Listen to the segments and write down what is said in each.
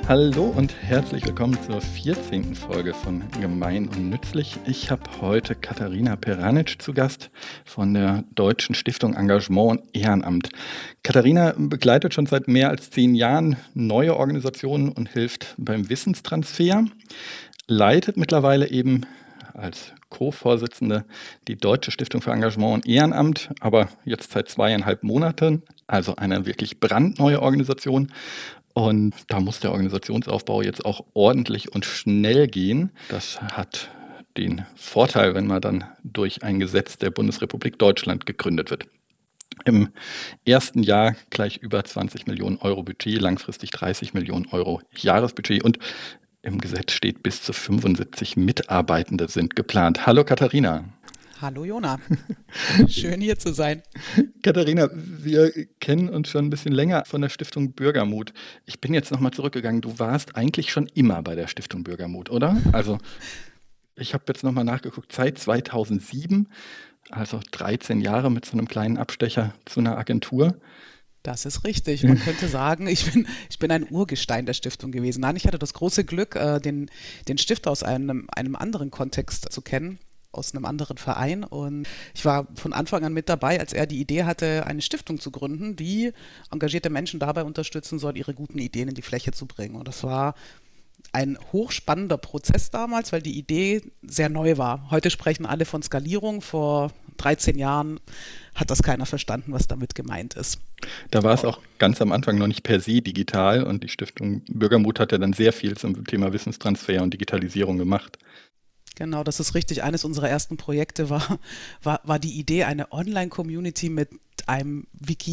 Hallo und herzlich willkommen zur 14. Folge von Gemein und Nützlich. Ich habe heute Katharina Peranic zu Gast von der Deutschen Stiftung Engagement und Ehrenamt. Katharina begleitet schon seit mehr als 10 Jahren neue Organisationen und hilft beim Wissenstransfer, leitet mittlerweile eben als Co-Vorsitzende die Deutsche Stiftung für Engagement und Ehrenamt, aber jetzt seit 2,5 Monaten, also eine wirklich brandneue Organisation. Und da muss der Organisationsaufbau jetzt auch ordentlich und schnell gehen. Das hat den Vorteil, wenn man dann durch ein Gesetz der Bundesrepublik Deutschland gegründet wird. Im ersten Jahr gleich über 20 Millionen Euro Budget, langfristig 30 Millionen Euro Jahresbudget und im Gesetz steht, bis zu 75 Mitarbeitende sind geplant. Hallo Katharina. Hallo Jona, schön hier zu sein. Katharina, wir kennen uns schon ein bisschen länger von der Stiftung Bürgermut. Ich bin jetzt nochmal zurückgegangen. Du warst eigentlich schon immer bei der Stiftung Bürgermut, oder? Also ich habe jetzt nochmal nachgeguckt, seit 2007, also 13 Jahre mit so einem kleinen Abstecher zu einer Agentur. Das ist richtig. Man könnte sagen, ich bin ein Urgestein der Stiftung gewesen. Nein, ich hatte das große Glück, den Stifter aus einem anderen Kontext zu kennen, aus einem anderen Verein. Und ich war von Anfang an mit dabei, als er die Idee hatte, eine Stiftung zu gründen, die engagierte Menschen dabei unterstützen soll, ihre guten Ideen in die Fläche zu bringen. Und das war ein hochspannender Prozess damals, weil die Idee sehr neu war. Heute sprechen alle von Skalierung. Vor 13 Jahren hat das keiner verstanden, was damit gemeint ist. Da war es auch ganz am Anfang noch nicht per se digital und die Stiftung Bürgermut hat ja dann sehr viel zum Thema Wissenstransfer und Digitalisierung gemacht. Genau, das ist richtig. Eines unserer ersten Projekte war die Idee, eine Online-Community mit einem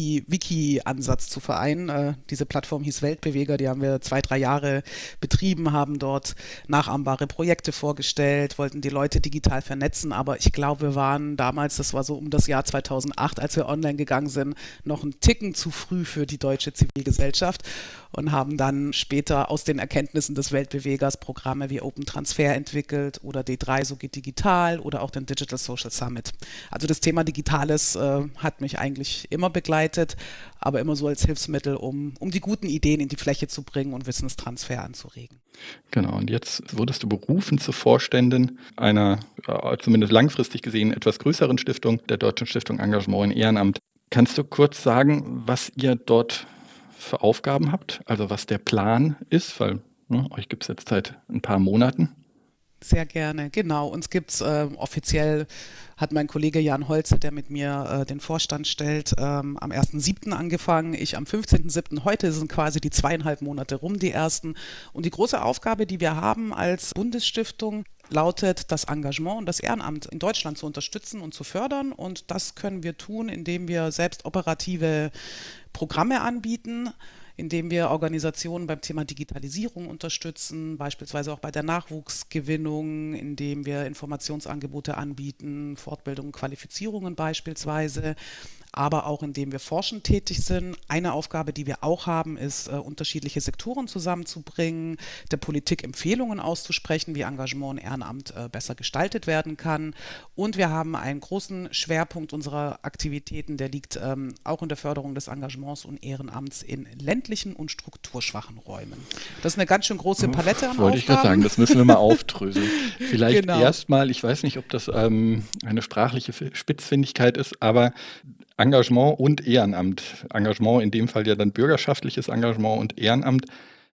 Wiki-Ansatz zu vereinen. Diese Plattform hieß Weltbeweger, die haben wir 2-3 Jahre betrieben, haben dort nachahmbare Projekte vorgestellt, wollten die Leute digital vernetzen, aber ich glaube, wir waren damals, das war so um das Jahr 2008, als wir online gegangen sind, noch einen Ticken zu früh für die deutsche Zivilgesellschaft und haben dann später aus den Erkenntnissen des Weltbewegers Programme wie Open Transfer entwickelt oder D3 so geht digital oder auch den Digital Social Summit. Also das Thema Digitales hat mich eigentlich immer begleitet, aber immer so als Hilfsmittel, um die guten Ideen in die Fläche zu bringen und Wissenstransfer anzuregen. Genau, und jetzt wurdest du berufen zur Vorständin einer, zumindest langfristig gesehen, etwas größeren Stiftung, der Deutschen Stiftung Engagement und Ehrenamt. Kannst du kurz sagen, was ihr dort für Aufgaben habt, also was der Plan ist, weil euch gibt es jetzt seit ein paar Monaten. Sehr gerne, genau. Uns gibt es offiziell, hat mein Kollege Jan Holze, der mit mir den Vorstand stellt, am 1.7. angefangen, ich am 15.7. Heute sind quasi die 2,5 Monate rum, die ersten. Und die große Aufgabe, die wir haben als Bundesstiftung, lautet, das Engagement und das Ehrenamt in Deutschland zu unterstützen und zu fördern. Und das können wir tun, indem wir selbst operative Programme anbieten, indem wir Organisationen beim Thema Digitalisierung unterstützen, beispielsweise auch bei der Nachwuchsgewinnung, indem wir Informationsangebote anbieten, Fortbildungen, Qualifizierungen beispielsweise, aber auch indem wir forschend tätig sind. Eine Aufgabe, die wir auch haben, ist, unterschiedliche Sektoren zusammenzubringen, der Politik Empfehlungen auszusprechen, wie Engagement und Ehrenamt besser gestaltet werden kann. Und wir haben einen großen Schwerpunkt unserer Aktivitäten, der liegt auch in der Förderung des Engagements und Ehrenamts in ländlichen und strukturschwachen Räumen. Das ist eine ganz schön große Palette an Aufgaben. Wollte ich gerade sagen, das müssen wir mal aufdröseln. Vielleicht erstmal, ich weiß nicht, ob das eine sprachliche Spitzfindigkeit ist, aber Engagement und Ehrenamt. Engagement in dem Fall ja dann bürgerschaftliches Engagement und Ehrenamt.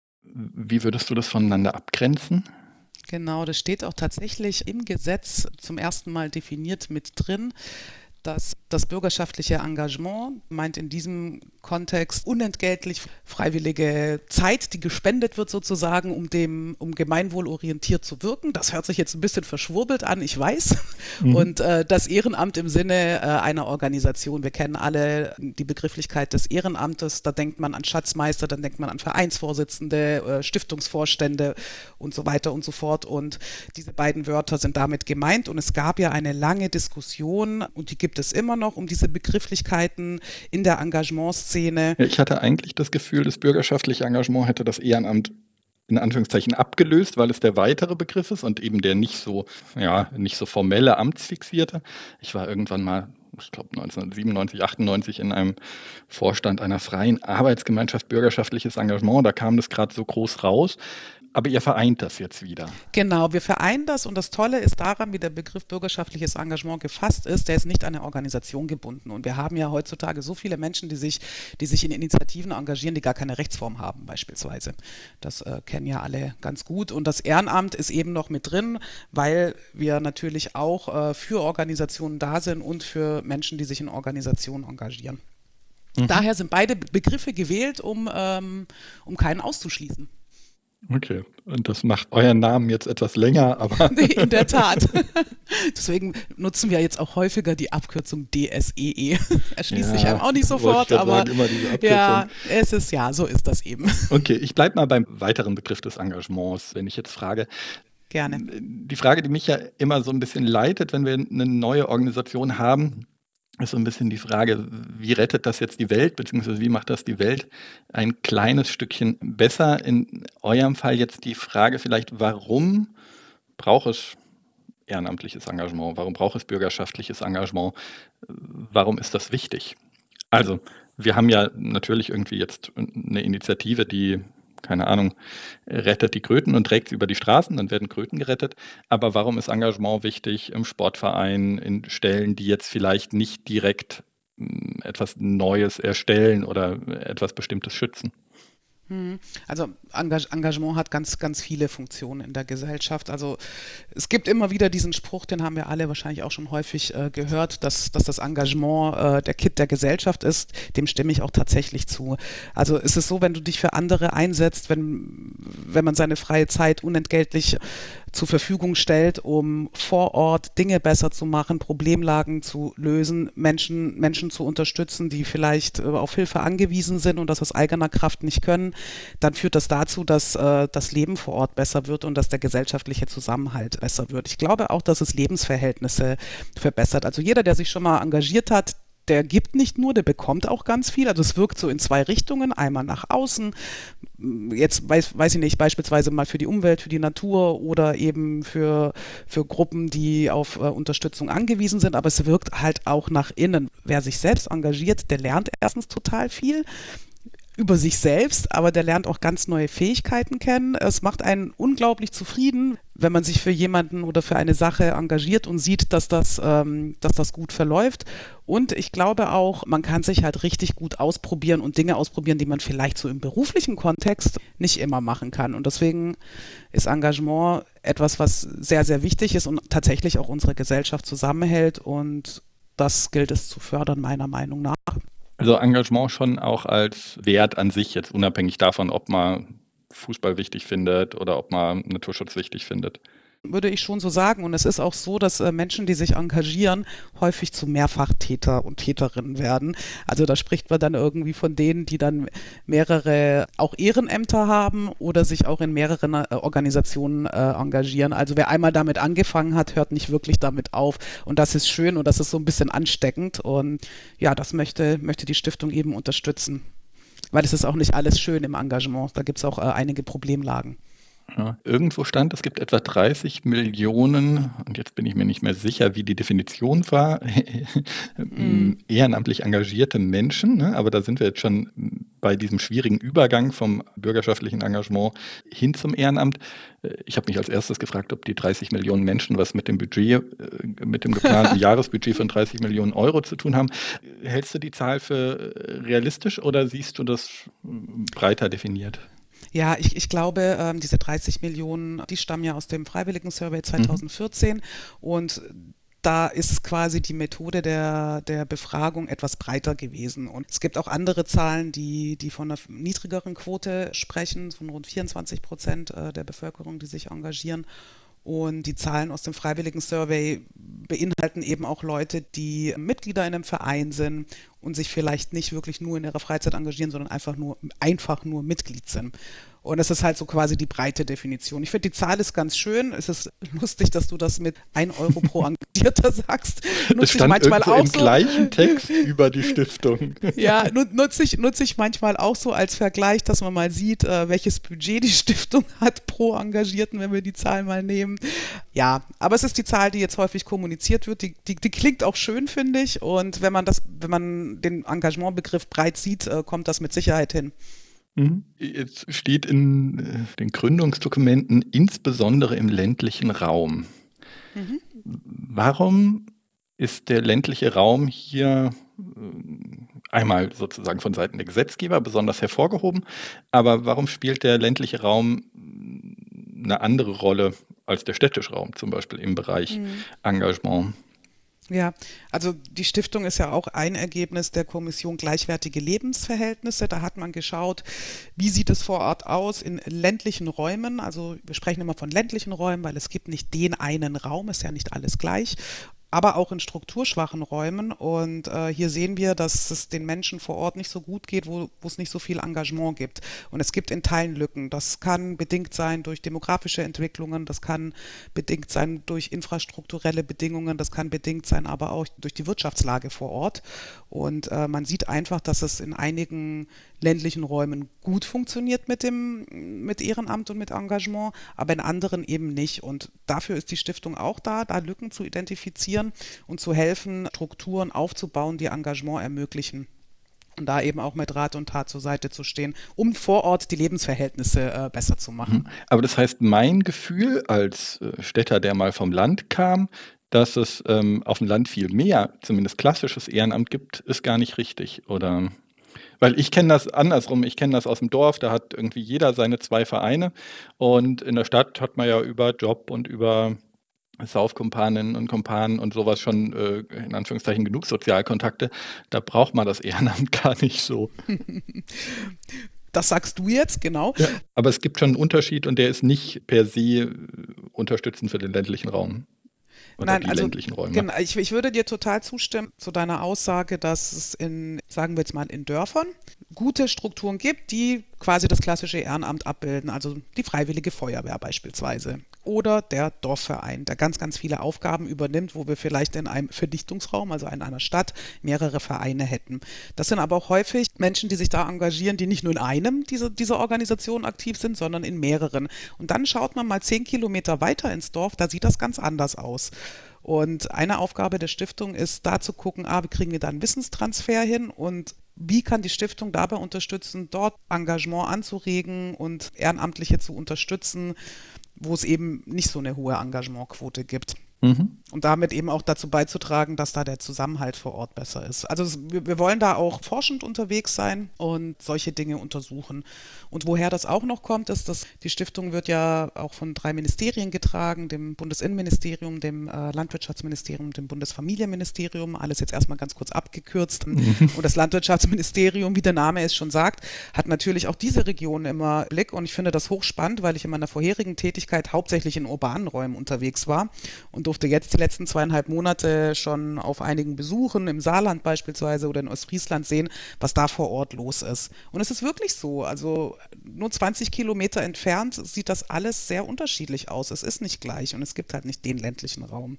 Wie würdest du das voneinander abgrenzen? Genau, das steht auch tatsächlich im Gesetz zum ersten Mal definiert mit drin. Dass das bürgerschaftliche Engagement meint in diesem Kontext unentgeltlich freiwillige Zeit, die gespendet wird sozusagen, um gemeinwohlorientiert zu wirken. Das hört sich jetzt ein bisschen verschwurbelt an, ich weiß. Und das Ehrenamt im Sinne einer Organisation. Wir kennen alle die Begrifflichkeit des Ehrenamtes. Da denkt man an Schatzmeister, dann denkt man an Vereinsvorsitzende, Stiftungsvorstände und so weiter und so fort. Und diese beiden Wörter sind damit gemeint. Und es gab ja eine lange Diskussion, und die gibt es immer noch, um diese Begrifflichkeiten in der Engagementszene. Ja, ich hatte eigentlich das Gefühl, das bürgerschaftliche Engagement hätte das Ehrenamt in Anführungszeichen abgelöst, weil es der weitere Begriff ist und eben der nicht so formelle, amtsfixierte. Ich war irgendwann mal ich glaube 1997, 98 in einem Vorstand einer freien Arbeitsgemeinschaft bürgerschaftliches Engagement. Da kam das gerade so groß raus. Aber ihr vereint das jetzt wieder. Genau, wir vereinen das und das Tolle ist daran, wie der Begriff bürgerschaftliches Engagement gefasst ist, der ist nicht an eine Organisation gebunden. Und wir haben ja heutzutage so viele Menschen, die sich in Initiativen engagieren, die gar keine Rechtsform haben beispielsweise. Das kennen ja alle ganz gut. Und das Ehrenamt ist eben noch mit drin, weil wir natürlich auch für Organisationen da sind und für Menschen, die sich in Organisationen engagieren. Daher sind beide Begriffe gewählt, um keinen auszuschließen. Okay, und das macht euren Namen jetzt etwas länger, aber... In der Tat. Deswegen nutzen wir jetzt auch häufiger die Abkürzung DSEE. Erschließt sich einem auch nicht sofort, aber immer diese Abkürzung. So ist das eben. Okay, ich bleibe mal beim weiteren Begriff des Engagements, wenn ich jetzt frage. Gerne. Die Frage, die mich ja immer so ein bisschen leitet, wenn wir eine neue Organisation haben, ist so ein bisschen die Frage, wie rettet das jetzt die Welt, beziehungsweise wie macht das die Welt ein kleines Stückchen besser? In eurem Fall jetzt die Frage vielleicht, warum braucht es ehrenamtliches Engagement? Warum braucht es bürgerschaftliches Engagement? Warum ist das wichtig? Also, wir haben ja natürlich irgendwie jetzt eine Initiative, die, keine Ahnung, rettet die Kröten und trägt sie über die Straßen, dann werden Kröten gerettet. Aber warum ist Engagement wichtig im Sportverein, in Stellen, die jetzt vielleicht nicht direkt etwas Neues erstellen oder etwas Bestimmtes schützen? Also Engagement hat ganz, ganz viele Funktionen in der Gesellschaft. Also es gibt immer wieder diesen Spruch, den haben wir alle wahrscheinlich auch schon häufig gehört, dass das Engagement der Kitt der Gesellschaft ist. Dem stimme ich auch tatsächlich zu. Also es ist so, wenn du dich für andere einsetzt, wenn man seine freie Zeit unentgeltlich zur Verfügung stellt, um vor Ort Dinge besser zu machen, Problemlagen zu lösen, Menschen zu unterstützen, die vielleicht auf Hilfe angewiesen sind und das aus eigener Kraft nicht können, dann führt das dazu, dass das Leben vor Ort besser wird und dass der gesellschaftliche Zusammenhalt besser wird. Ich glaube auch, dass es Lebensverhältnisse verbessert. Also jeder, der sich schon mal engagiert hat, der gibt nicht nur, der bekommt auch ganz viel. Also es wirkt so in zwei Richtungen, einmal nach außen, jetzt weiß ich nicht, beispielsweise mal für die Umwelt, für die Natur oder eben für Gruppen, die auf Unterstützung angewiesen sind, aber es wirkt halt auch nach innen. Wer sich selbst engagiert, der lernt erstens total viel über sich selbst, aber der lernt auch ganz neue Fähigkeiten kennen. Es macht einen unglaublich zufrieden, wenn man sich für jemanden oder für eine Sache engagiert und sieht, dass das gut verläuft. Und ich glaube auch, man kann sich halt richtig gut ausprobieren und Dinge ausprobieren, die man vielleicht so im beruflichen Kontext nicht immer machen kann. Und deswegen ist Engagement etwas, was sehr, sehr wichtig ist und tatsächlich auch unsere Gesellschaft zusammenhält. Und das gilt es zu fördern, meiner Meinung nach. Also Engagement schon auch als Wert an sich, jetzt unabhängig davon, ob man Fußball wichtig findet oder ob man Naturschutz wichtig findet. Würde ich schon so sagen. Und es ist auch so, dass Menschen, die sich engagieren, häufig zu Mehrfachtäter und Täterinnen werden. Also da spricht man dann irgendwie von denen, die dann mehrere auch Ehrenämter haben oder sich auch in mehreren Organisationen engagieren. Also wer einmal damit angefangen hat, hört nicht wirklich damit auf. Und das ist schön und das ist so ein bisschen ansteckend. Und ja, das möchte die Stiftung eben unterstützen. Weil es ist auch nicht alles schön im Engagement. Da gibt es auch einige Problemlagen. Ja, irgendwo stand, es gibt etwa 30 Millionen, und jetzt bin ich mir nicht mehr sicher, wie die Definition war, ehrenamtlich engagierte Menschen, ne? Aber da sind wir jetzt schon bei diesem schwierigen Übergang vom bürgerschaftlichen Engagement hin zum Ehrenamt. Ich habe mich als erstes gefragt, ob die 30 Millionen Menschen was mit dem Budget, mit dem geplanten Jahresbudget von 30 Millionen Euro zu tun haben. Hältst du die Zahl für realistisch oder siehst du das breiter definiert? Ja, ich glaube, diese 30 Millionen, die stammen ja aus dem Freiwilligen-Survey 2014 und da ist quasi die Methode der Befragung etwas breiter gewesen. Und es gibt auch andere Zahlen, die von einer niedrigeren Quote sprechen, von rund 24% der Bevölkerung, die sich engagieren. Und die Zahlen aus dem Freiwilligen-Survey beinhalten eben auch Leute, die Mitglieder in einem Verein sind und sich vielleicht nicht wirklich nur in ihrer Freizeit engagieren, sondern einfach nur Mitglied sind. Und das ist halt so quasi die breite Definition. Ich finde, die Zahl ist ganz schön. Es ist lustig, dass du das mit 1 Euro pro Engagierter sagst. Es stand manchmal auch im gleichen Text über die Stiftung. Ja, nutze ich manchmal auch so als Vergleich, dass man mal sieht, welches Budget die Stiftung hat pro Engagierten, wenn wir die Zahl mal nehmen. Ja, aber es ist die Zahl, die jetzt häufig kommuniziert wird. Die klingt auch schön, finde ich. Und wenn man den Engagementbegriff breit sieht, kommt das mit Sicherheit hin. Jetzt steht in den Gründungsdokumenten insbesondere im ländlichen Raum. Mhm. Warum ist der ländliche Raum hier einmal sozusagen von Seiten der Gesetzgeber besonders hervorgehoben, aber warum spielt der ländliche Raum eine andere Rolle als der städtische Raum, zum Beispiel im Bereich Engagement? Ja, also die Stiftung ist ja auch ein Ergebnis der Kommission Gleichwertige Lebensverhältnisse. Da hat man geschaut, wie sieht es vor Ort aus in ländlichen Räumen. Also wir sprechen immer von ländlichen Räumen, weil es gibt nicht den einen Raum, ist ja nicht alles gleich, aber auch in strukturschwachen Räumen. Und hier sehen wir, dass es den Menschen vor Ort nicht so gut geht, wo es nicht so viel Engagement gibt. Und es gibt in Teilen Lücken. Das kann bedingt sein durch demografische Entwicklungen, das kann bedingt sein durch infrastrukturelle Bedingungen, das kann bedingt sein aber auch durch die Wirtschaftslage vor Ort. Und man sieht einfach, dass es in einigen ländlichen Räumen gut funktioniert mit Ehrenamt und mit Engagement, aber in anderen eben nicht. Und dafür ist die Stiftung auch da Lücken zu identifizieren und zu helfen, Strukturen aufzubauen, die Engagement ermöglichen. Und da eben auch mit Rat und Tat zur Seite zu stehen, um vor Ort die Lebensverhältnisse besser zu machen. Aber das heißt, mein Gefühl als Städter, der mal vom Land kam, dass es auf dem Land viel mehr, zumindest klassisches Ehrenamt gibt, ist gar nicht richtig, oder? Weil ich kenne das andersrum, ich kenne das aus dem Dorf, da hat irgendwie jeder seine 2 Vereine und in der Stadt hat man ja über Job und über Saufkumpaninnen und Kumpanen und sowas schon in Anführungszeichen genug Sozialkontakte. Da braucht man das Ehrenamt gar nicht so. Das sagst du jetzt, genau. Ja, aber es gibt schon einen Unterschied und der ist nicht per se unterstützend für den ländlichen Raum. Oder Nein, die also ländlichen Räume. genau, ich würde dir total zustimmen zu deiner Aussage, dass es sagen wir jetzt mal, in Dörfern gute Strukturen gibt, die quasi das klassische Ehrenamt abbilden, also die Freiwillige Feuerwehr beispielsweise oder der Dorfverein, der ganz, ganz viele Aufgaben übernimmt, wo wir vielleicht in einem Verdichtungsraum, also in einer Stadt, mehrere Vereine hätten. Das sind aber auch häufig Menschen, die sich da engagieren, die nicht nur in einem dieser Organisation aktiv sind, sondern in mehreren. Und dann schaut man mal 10 Kilometer weiter ins Dorf, da sieht das ganz anders aus. Und eine Aufgabe der Stiftung ist, da zu gucken, wie kriegen wir da einen Wissenstransfer hin und wie kann die Stiftung dabei unterstützen, dort Engagement anzuregen und Ehrenamtliche zu unterstützen, wo es eben nicht so eine hohe Engagementquote gibt. Und damit eben auch dazu beizutragen, dass da der Zusammenhalt vor Ort besser ist. Also wir wollen da auch forschend unterwegs sein und solche Dinge untersuchen. Und woher das auch noch kommt, ist, dass die Stiftung wird ja auch von 3 Ministerien getragen, dem Bundesinnenministerium, dem Landwirtschaftsministerium, dem Bundesfamilienministerium, alles jetzt erstmal ganz kurz abgekürzt. Und das Landwirtschaftsministerium, wie der Name es schon sagt, hat natürlich auch diese Region immer im Blick. Und ich finde das hochspannend, weil ich in meiner vorherigen Tätigkeit hauptsächlich in urbanen Räumen unterwegs war und durfte jetzt die letzten 2,5 Monate schon auf einigen Besuchen im Saarland beispielsweise oder in Ostfriesland sehen, was da vor Ort los ist. Und es ist wirklich so, also nur 20 Kilometer entfernt sieht das alles sehr unterschiedlich aus. Es ist nicht gleich und es gibt halt nicht den ländlichen Raum.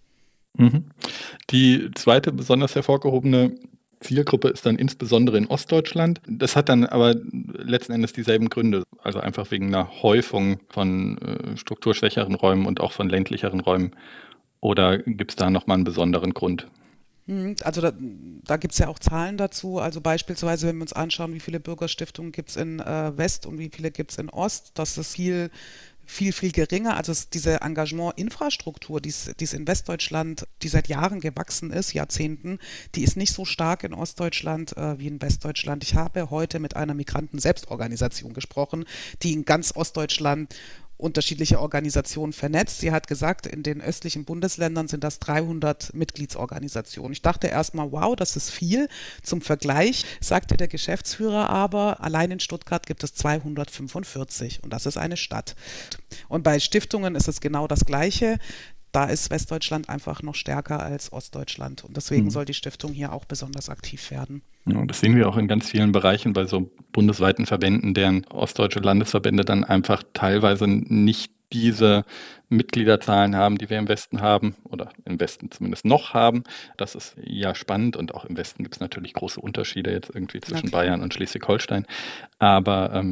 Die zweite besonders hervorgehobene Zielgruppe ist dann insbesondere in Ostdeutschland. Das hat dann aber letzten Endes dieselben Gründe, also einfach wegen einer Häufung von strukturschwächeren Räumen und auch von ländlicheren Räumen. Oder gibt es da nochmal einen besonderen Grund? Also da gibt es ja auch Zahlen dazu. Also beispielsweise, wenn wir uns anschauen, wie viele Bürgerstiftungen gibt es in West und wie viele gibt es in Ost, das ist viel geringer. Also diese Engagement-Infrastruktur, die es in Westdeutschland, die seit Jahren gewachsen ist, Jahrzehnten, die ist nicht so stark in Ostdeutschland wie in Westdeutschland. Ich habe heute mit einer Migranten-Selbstorganisation gesprochen, die in ganz Ostdeutschland unterschiedliche Organisationen vernetzt. Sie hat gesagt, in den östlichen Bundesländern sind das 300 Mitgliedsorganisationen. Ich dachte erstmal, wow, das ist viel. Zum Vergleich sagte der Geschäftsführer aber, allein in Stuttgart gibt es 245 und das ist eine Stadt. Und bei Stiftungen ist es genau das Gleiche. Da ist Westdeutschland einfach noch stärker als Ostdeutschland und deswegen soll die Stiftung hier auch besonders aktiv werden. Ja, das sehen wir auch in ganz vielen Bereichen bei so bundesweiten Verbänden, deren ostdeutsche Landesverbände dann einfach teilweise nicht diese Mitgliederzahlen haben, die wir im Westen haben oder im Westen zumindest noch haben. Das ist ja spannend und auch im Westen gibt es natürlich große Unterschiede jetzt irgendwie zwischen Bayern und Schleswig-Holstein. Aber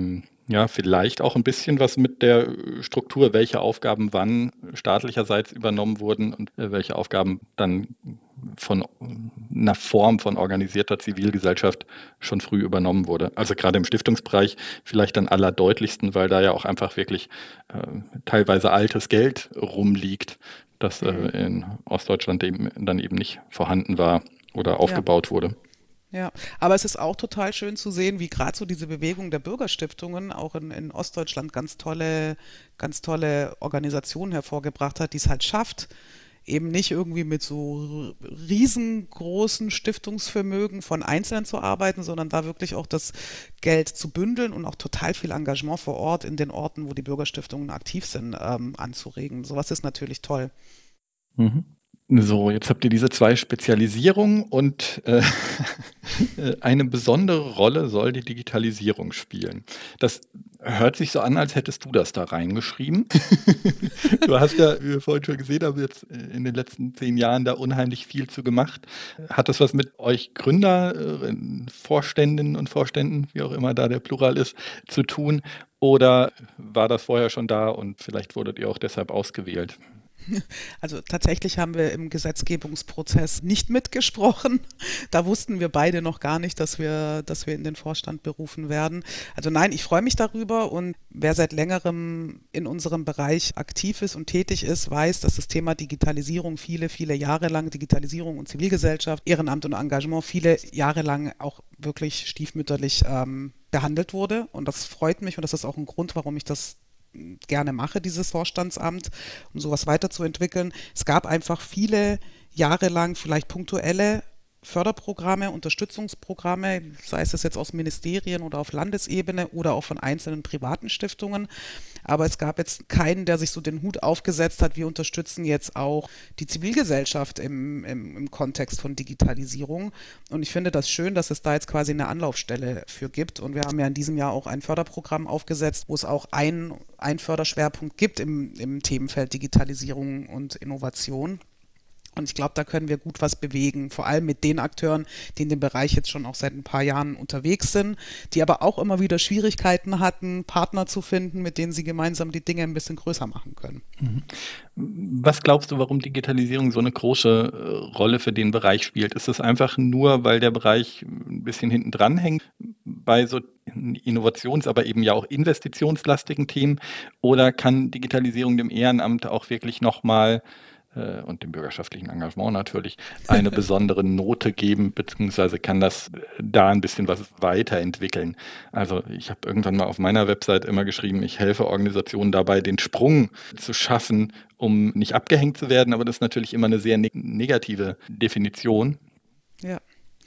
Ja, vielleicht auch ein bisschen was mit der Struktur, welche Aufgaben wann staatlicherseits übernommen wurden und welche Aufgaben dann von einer Form von organisierter Zivilgesellschaft schon früh übernommen wurde. Also gerade im Stiftungsbereich vielleicht am allerdeutlichsten, weil da ja auch einfach wirklich teilweise altes Geld rumliegt, das in Ostdeutschland dann eben nicht vorhanden war oder Ja. aufgebaut wurde. Ja, aber es ist auch total schön zu sehen, wie gerade so diese Bewegung der Bürgerstiftungen auch in Ostdeutschland ganz tolle Organisationen hervorgebracht hat, die es halt schafft, eben nicht irgendwie mit so riesengroßen Stiftungsvermögen von Einzelnen zu arbeiten, sondern da wirklich auch das Geld zu bündeln und auch total viel Engagement vor Ort in den Orten, wo die Bürgerstiftungen aktiv sind, anzuregen. Sowas ist natürlich toll. Mhm. So, jetzt habt ihr diese zwei Spezialisierungen und eine besondere Rolle soll die Digitalisierung spielen. Das hört sich so an, als hättest du das da reingeschrieben. Du hast ja, wie wir vorhin schon gesehen haben, jetzt in den letzten 10 Jahren da unheimlich viel zu gemacht. Hat das was mit euch Gründer, Vorständinnen und Vorständen, wie auch immer da der Plural ist, zu tun? Oder war das vorher schon da und vielleicht wurdet ihr auch deshalb ausgewählt? Also tatsächlich haben wir im Gesetzgebungsprozess nicht mitgesprochen. Da wussten wir beide noch gar nicht, dass wir in den Vorstand berufen werden. Also nein, ich freue mich darüber und wer seit längerem in unserem Bereich aktiv ist und tätig ist, weiß, dass das Thema Digitalisierung viele Jahre lang, Digitalisierung und Zivilgesellschaft, Ehrenamt und Engagement viele Jahre lang auch wirklich stiefmütterlich behandelt wurde. Und das freut mich und das ist auch ein Grund, warum ich das gerne mache, dieses Vorstandsamt, um sowas weiterzuentwickeln. Es gab einfach viele Jahre lang vielleicht punktuelle Förderprogramme, Unterstützungsprogramme, sei es jetzt aus Ministerien oder auf Landesebene oder auch von einzelnen privaten Stiftungen. Aber es gab jetzt keinen, der sich so den Hut aufgesetzt hat, wir unterstützen jetzt auch die Zivilgesellschaft im Kontext von Digitalisierung. Und ich finde das schön, dass es da jetzt quasi eine Anlaufstelle für gibt. Und wir haben ja in diesem Jahr auch ein Förderprogramm aufgesetzt, wo es auch einen Förderschwerpunkt gibt im Themenfeld Digitalisierung und Innovation. Und ich glaube, da können wir gut was bewegen, vor allem mit den Akteuren, die in dem Bereich jetzt schon auch seit ein paar Jahren unterwegs sind, die aber auch immer wieder Schwierigkeiten hatten, Partner zu finden, mit denen sie gemeinsam die Dinge ein bisschen größer machen können. Was glaubst du, warum Digitalisierung so eine große Rolle für den Bereich spielt? Ist es einfach nur, weil der Bereich ein bisschen hinten dran hängt bei so innovations-, aber eben ja auch investitionslastigen Themen? Oder kann Digitalisierung dem Ehrenamt auch wirklich nochmal und dem bürgerschaftlichen Engagement natürlich eine besondere Note geben, beziehungsweise kann das da ein bisschen was weiterentwickeln. Also ich habe irgendwann mal auf meiner Website immer geschrieben, ich helfe Organisationen dabei, den Sprung zu schaffen, um nicht abgehängt zu werden, aber das ist natürlich immer eine sehr negative Definition. Ja.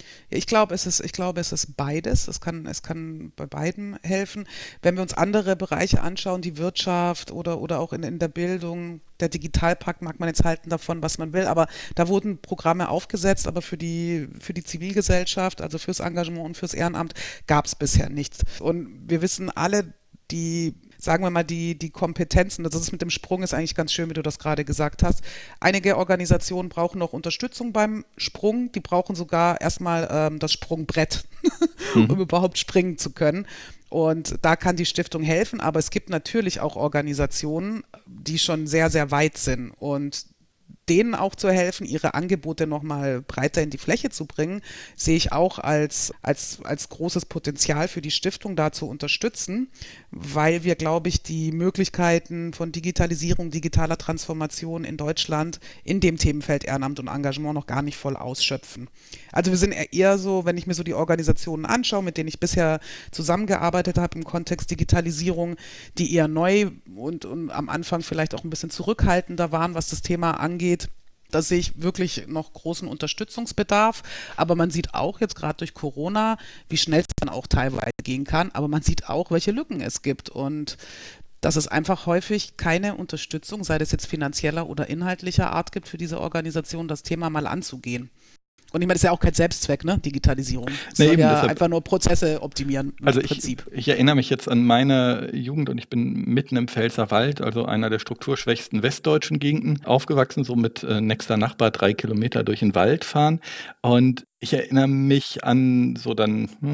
Ich glaube, es ist beides. Es kann bei beiden helfen. Wenn wir uns andere Bereiche anschauen, die Wirtschaft oder auch in der Bildung, der Digitalpakt mag man jetzt halten davon, was man will, aber da wurden Programme aufgesetzt, aber für für die Zivilgesellschaft, also fürs Engagement und fürs Ehrenamt, gab es bisher nichts. Und wir wissen alle, sagen wir mal, die Kompetenzen, das ist mit dem Sprung ist eigentlich ganz schön, wie du das gerade gesagt hast. Einige Organisationen brauchen noch Unterstützung beim Sprung, die brauchen sogar erstmal das Sprungbrett, um überhaupt springen zu können. Und da kann die Stiftung helfen, aber es gibt natürlich auch Organisationen, die schon sehr weit sind und denen auch zu helfen, ihre Angebote nochmal breiter in die Fläche zu bringen, sehe ich auch als großes Potenzial für die Stiftung da zu unterstützen, weil wir, glaube ich, die Möglichkeiten von Digitalisierung, digitaler Transformation in Deutschland in dem Themenfeld Ehrenamt und Engagement noch gar nicht voll ausschöpfen. Also wir sind eher so, wenn ich mir so die Organisationen anschaue, mit denen ich bisher zusammengearbeitet habe im Kontext Digitalisierung, die eher neu und am Anfang vielleicht auch ein bisschen zurückhaltender waren, was das Thema angeht. Da sehe ich wirklich noch großen Unterstützungsbedarf. Aber man sieht auch jetzt gerade durch Corona, wie schnell es dann auch teilweise gehen kann. Aber man sieht auch, welche Lücken es gibt. Und dass es einfach häufig keine Unterstützung, sei das jetzt finanzieller oder inhaltlicher Art gibt, für diese Organisation, das Thema mal anzugehen. Und ich meine, das ist ja auch kein Selbstzweck, ne? Digitalisierung. Es soll ja deshalb einfach nur Prozesse optimieren im Prinzip. Ich erinnere mich jetzt an meine Jugend und ich bin mitten im Pfälzerwald, also einer der strukturschwächsten westdeutschen Gegenden, aufgewachsen, so mit nächster Nachbar 3 Kilometer durch den Wald fahren. Und ich erinnere mich an so dann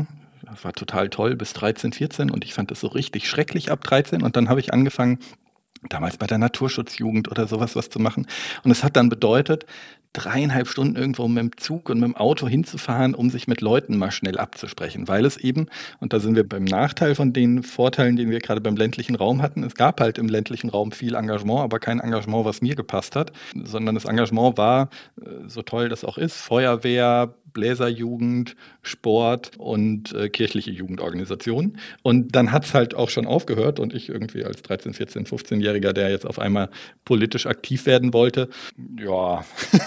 Das war total toll bis 13, 14 und ich fand das so richtig schrecklich ab 13 und dann habe ich angefangen, damals bei der Naturschutzjugend oder sowas was zu machen. Und es hat dann bedeutet, 3,5 Stunden irgendwo mit dem Zug und mit dem Auto hinzufahren, um sich mit Leuten mal schnell abzusprechen, weil es eben, und da sind wir beim Nachteil von den Vorteilen, den wir gerade beim ländlichen Raum hatten, es gab halt im ländlichen Raum viel Engagement, aber kein Engagement, was mir gepasst hat, sondern das Engagement war, so toll das auch ist, Feuerwehr, Bläserjugend, Sport und kirchliche Jugendorganisationen. Und dann hat es halt auch schon aufgehört und ich irgendwie als 13, 14, 15-Jähriger, der jetzt auf einmal politisch aktiv werden wollte, ja,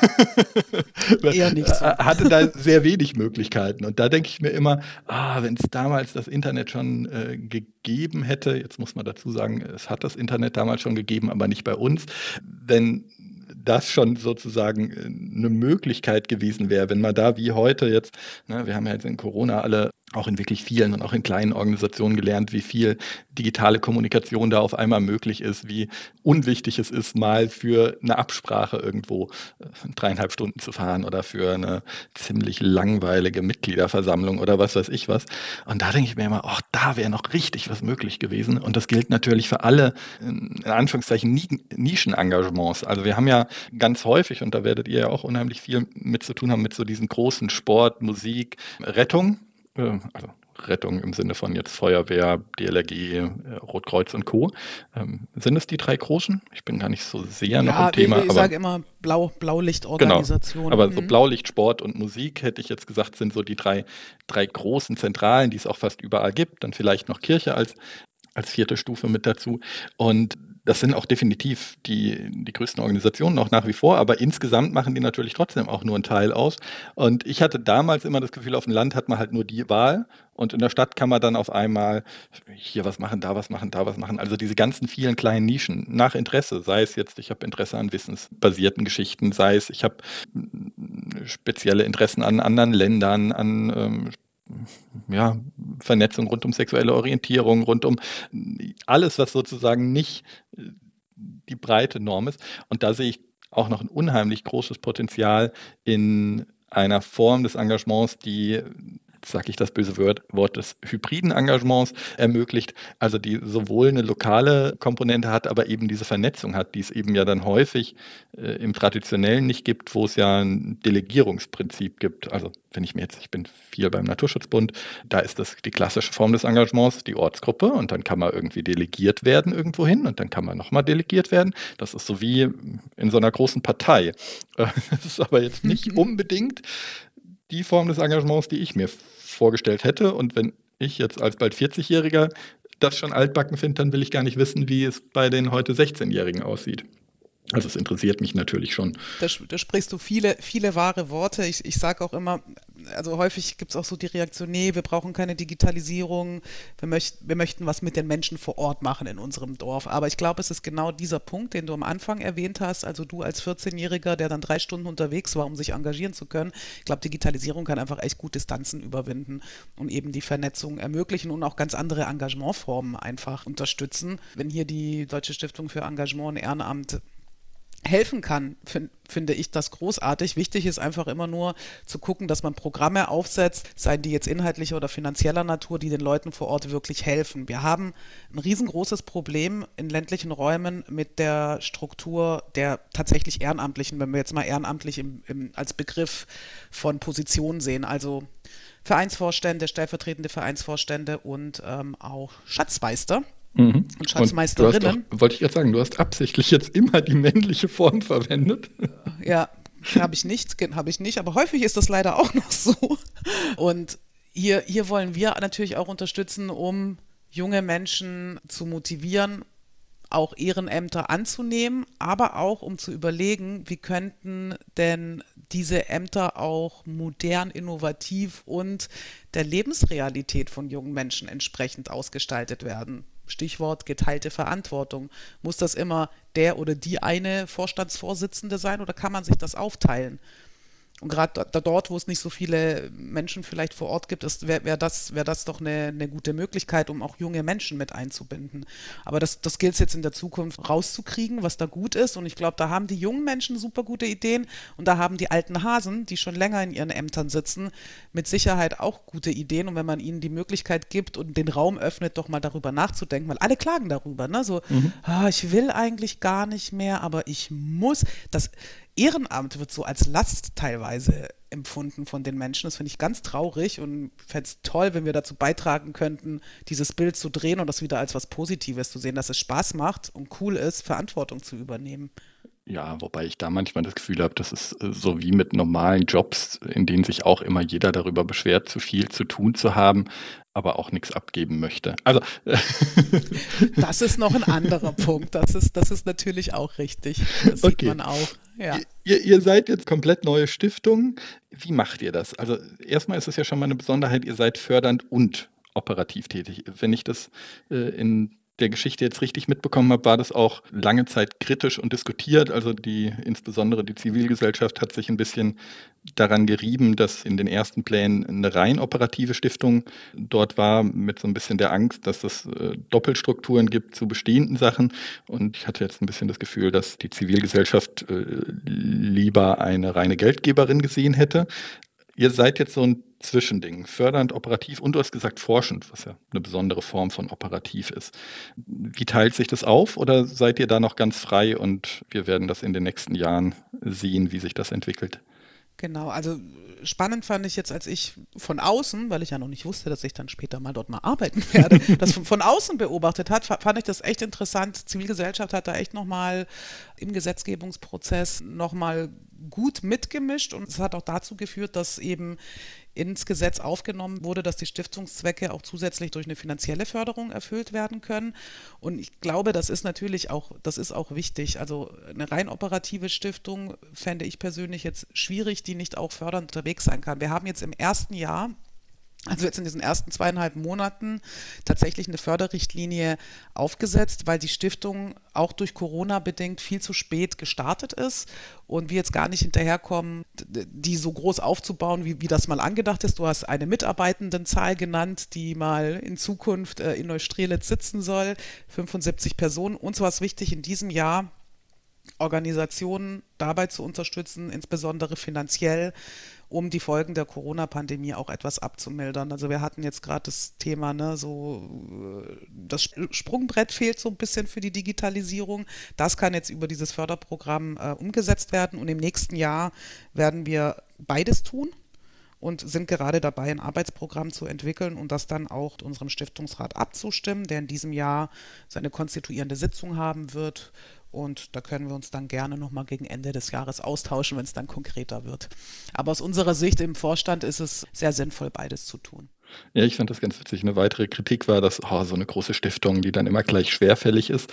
Eher nicht so. hatte da sehr wenig Möglichkeiten. Und da denke ich mir immer, wenn es damals das Internet schon gegeben hätte, jetzt muss man dazu sagen, es hat das Internet damals schon gegeben, aber nicht bei uns, wenn das schon sozusagen eine Möglichkeit gewesen wäre, wenn man da wie heute jetzt, ne, wir haben ja jetzt in Corona alle auch in wirklich vielen und auch in kleinen Organisationen gelernt, wie viel digitale Kommunikation da auf einmal möglich ist, wie unwichtig es ist, mal für eine Absprache irgendwo 3,5 Stunden zu fahren oder für eine ziemlich langweilige Mitgliederversammlung oder was weiß ich was. Und da denke ich mir immer, da wäre noch richtig was möglich gewesen. Und das gilt natürlich für alle, in Anführungszeichen, Nischenengagements. Also wir haben ja ganz häufig, und da werdet ihr ja auch unheimlich viel mit zu tun haben, mit so diesen großen Sport, Musik, Rettung. Also Rettung im Sinne von jetzt Feuerwehr, DLRG, Rotkreuz und Co. Sind es die 3 großen? Ich bin gar nicht so sehr noch im Thema. Ich sage immer Blaulichtorganisation. Genau, aber so Blaulicht, Sport und Musik, hätte ich jetzt gesagt, sind so die drei großen Zentralen, die es auch fast überall gibt. Dann vielleicht noch Kirche als 4. Stufe mit dazu. Und das sind auch definitiv die größten Organisationen auch nach wie vor, aber insgesamt machen die natürlich trotzdem auch nur einen Teil aus. Und ich hatte damals immer das Gefühl, auf dem Land hat man halt nur die Wahl und in der Stadt kann man dann auf einmal hier was machen, da was machen, da was machen. Also diese ganzen vielen kleinen Nischen nach Interesse, sei es jetzt, ich habe Interesse an wissensbasierten Geschichten, sei es, ich habe spezielle Interessen an anderen Ländern, an Vernetzung rund um sexuelle Orientierung, rund um alles, was sozusagen nicht die breite Norm ist. Und da sehe ich auch noch ein unheimlich großes Potenzial in einer Form des Engagements, die, sage ich das böse Wort des hybriden Engagements ermöglicht, also die sowohl eine lokale Komponente hat, aber eben diese Vernetzung hat, die es eben ja dann häufig im Traditionellen nicht gibt, wo es ja ein Delegierungsprinzip gibt. Also wenn ich bin viel beim Naturschutzbund, da ist das die klassische Form des Engagements, die Ortsgruppe und dann kann man irgendwie delegiert werden irgendwo hin und dann kann man nochmal delegiert werden. Das ist so wie in so einer großen Partei. Das ist aber jetzt nicht unbedingt die Form des Engagements, die ich mir vorgestellt hätte. Und wenn ich jetzt als bald 40-Jähriger das schon altbacken finde, dann will ich gar nicht wissen, wie es bei den heute 16-Jährigen aussieht. Also es interessiert mich natürlich schon. Da sprichst du viele, viele wahre Worte. Ich sage auch immer, also häufig gibt es auch so die Reaktion, nee, wir brauchen keine Digitalisierung, wir möchten was mit den Menschen vor Ort machen in unserem Dorf. Aber ich glaube, es ist genau dieser Punkt, den du am Anfang erwähnt hast, also du als 14-Jähriger, der dann 3 Stunden unterwegs war, um sich engagieren zu können. Ich glaube, Digitalisierung kann einfach echt gut Distanzen überwinden und eben die Vernetzung ermöglichen und auch ganz andere Engagementformen einfach unterstützen. Wenn hier die Deutsche Stiftung für Engagement und Ehrenamt helfen kann, finde ich das großartig. Wichtig ist einfach immer nur zu gucken, dass man Programme aufsetzt, seien die jetzt inhaltlicher oder finanzieller Natur, die den Leuten vor Ort wirklich helfen. Wir haben ein riesengroßes Problem in ländlichen Räumen mit der Struktur der tatsächlich Ehrenamtlichen, wenn wir jetzt mal ehrenamtlich als Begriff von Position sehen, also Vereinsvorstände, stellvertretende Vereinsvorstände und auch Schatzmeister. Und Schatzmeisterinnen. Wollte ich jetzt sagen, du hast absichtlich jetzt immer die männliche Form verwendet. Ja, habe ich nicht, aber häufig ist das leider auch noch so. Und hier wollen wir natürlich auch unterstützen, um junge Menschen zu motivieren, auch Ehrenämter anzunehmen, aber auch um zu überlegen, wie könnten denn diese Ämter auch modern, innovativ und der Lebensrealität von jungen Menschen entsprechend ausgestaltet werden. Stichwort geteilte Verantwortung. Muss das immer der oder die eine Vorstandsvorsitzende sein oder kann man sich das aufteilen? Und gerade dort, wo es nicht so viele Menschen vielleicht vor Ort gibt, wäre das doch eine gute Möglichkeit, um auch junge Menschen mit einzubinden. Aber das gilt es jetzt in der Zukunft rauszukriegen, was da gut ist. Und ich glaube, da haben die jungen Menschen super gute Ideen und da haben die alten Hasen, die schon länger in ihren Ämtern sitzen, mit Sicherheit auch gute Ideen. Und wenn man ihnen die Möglichkeit gibt und den Raum öffnet, doch mal darüber nachzudenken, weil alle klagen darüber, ne? So, ich will eigentlich gar nicht mehr, aber ich muss. Das Ehrenamt wird so als Last teilweise empfunden von den Menschen. Das finde ich ganz traurig und fände es toll, wenn wir dazu beitragen könnten, dieses Bild zu drehen und das wieder als was Positives zu sehen, dass es Spaß macht und cool ist, Verantwortung zu übernehmen. Ja, wobei ich da manchmal das Gefühl habe, das ist so wie mit normalen Jobs, in denen sich auch immer jeder darüber beschwert, zu viel zu tun zu haben, aber auch nichts abgeben möchte. Also Das ist noch ein anderer Punkt. Das ist natürlich auch richtig. Das sieht okay. man auch. Ja. Ihr seid jetzt komplett neue Stiftung. Wie macht ihr das? Also erstmal ist es ja schon mal eine Besonderheit, ihr seid fördernd und operativ tätig. Wenn ich das in der Geschichte jetzt richtig mitbekommen habe, war das auch lange Zeit kritisch und diskutiert. Also insbesondere die Zivilgesellschaft hat sich ein bisschen daran gerieben, dass in den ersten Plänen eine rein operative Stiftung dort war, mit so ein bisschen der Angst, dass es Doppelstrukturen gibt zu bestehenden Sachen. Und ich hatte jetzt ein bisschen das Gefühl, dass die Zivilgesellschaft lieber eine reine Geldgeberin gesehen hätte. Ihr seid jetzt so ein Zwischending, fördernd, operativ und du hast gesagt forschend, was ja eine besondere Form von operativ ist. Wie teilt sich das auf oder seid ihr da noch ganz frei und wir werden das in den nächsten Jahren sehen, wie sich das entwickelt? Genau, also spannend fand ich jetzt, als ich von außen, weil ich ja noch nicht wusste, dass ich dann später mal dort mal arbeiten werde, das von außen beobachtet hat, fand ich das echt interessant. Zivilgesellschaft hat da echt nochmal im Gesetzgebungsprozess nochmal gut mitgemischt und es hat auch dazu geführt, dass eben ins Gesetz aufgenommen wurde, dass die Stiftungszwecke auch zusätzlich durch eine finanzielle Förderung erfüllt werden können. Und ich glaube, das ist auch wichtig. Also eine rein operative Stiftung fände ich persönlich jetzt schwierig, die nicht auch fördernd unterwegs sein kann. Wir haben jetzt im ersten Jahr, also jetzt in diesen ersten 2,5 Monaten tatsächlich eine Förderrichtlinie aufgesetzt, weil die Stiftung auch durch Corona bedingt viel zu spät gestartet ist und wir jetzt gar nicht hinterherkommen, die so groß aufzubauen, wie das mal angedacht ist. Du hast eine Mitarbeitendenzahl genannt, die mal in Zukunft in Neustrelitz sitzen soll, 75 Personen. Uns war es wichtig, in diesem Jahr Organisationen dabei zu unterstützen, insbesondere finanziell, um die Folgen der Corona-Pandemie auch etwas abzumildern. Also wir hatten jetzt gerade das Thema, ne, so das Sprungbrett fehlt so ein bisschen für die Digitalisierung. Das kann jetzt über dieses Förderprogramm umgesetzt werden und im nächsten Jahr werden wir beides tun und sind gerade dabei, ein Arbeitsprogramm zu entwickeln und das dann auch unserem Stiftungsrat abzustimmen, der in diesem Jahr seine konstituierende Sitzung haben wird. Und da können wir uns dann gerne nochmal gegen Ende des Jahres austauschen, wenn es dann konkreter wird. Aber aus unserer Sicht im Vorstand ist es sehr sinnvoll, beides zu tun. Ja, ich fand das ganz witzig. Eine weitere Kritik war, dass so eine große Stiftung, die dann immer gleich schwerfällig ist.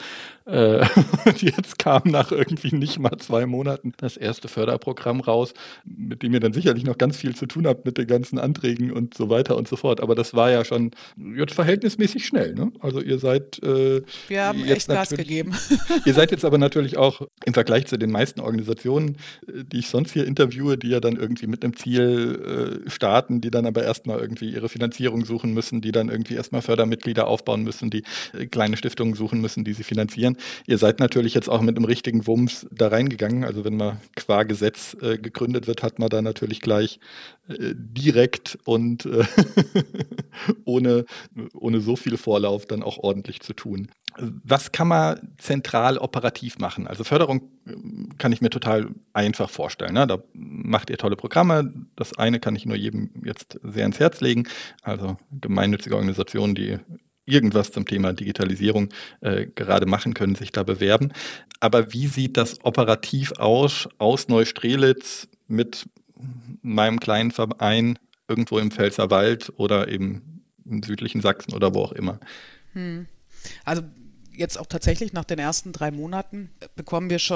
Und jetzt kam nach irgendwie nicht mal 2 Monaten das erste Förderprogramm raus, mit dem ihr dann sicherlich noch ganz viel zu tun habt mit den ganzen Anträgen und so weiter und so fort. Aber das war ja schon jetzt verhältnismäßig schnell, ne? Also ihr seid wir haben echt Gas gegeben. Ihr seid jetzt aber natürlich auch im Vergleich zu den meisten Organisationen, die ich sonst hier interviewe, die ja dann irgendwie mit einem Ziel starten, die dann aber erstmal irgendwie ihre Finanzierung suchen müssen, die dann irgendwie erstmal Fördermitglieder aufbauen müssen, die kleine Stiftungen suchen müssen, die sie finanzieren. Ihr seid natürlich jetzt auch mit einem richtigen Wumms da reingegangen. Also wenn man qua Gesetz gegründet wird, hat man da natürlich gleich direkt und ohne so viel Vorlauf dann auch ordentlich zu tun. Was kann man zentral operativ machen? Also Förderung kann ich mir total einfach vorstellen, ne? Da macht ihr tolle Programme. Das eine kann ich nur jedem jetzt sehr ans Herz legen. Also gemeinnützige Organisationen, die irgendwas zum Thema Digitalisierung gerade machen, können sich da bewerben. Aber wie sieht das operativ aus Neustrelitz mit meinem kleinen Verein irgendwo im Pfälzerwald oder eben im südlichen Sachsen oder wo auch immer? Also jetzt auch tatsächlich nach den ersten 3 Monaten bekommen wir schon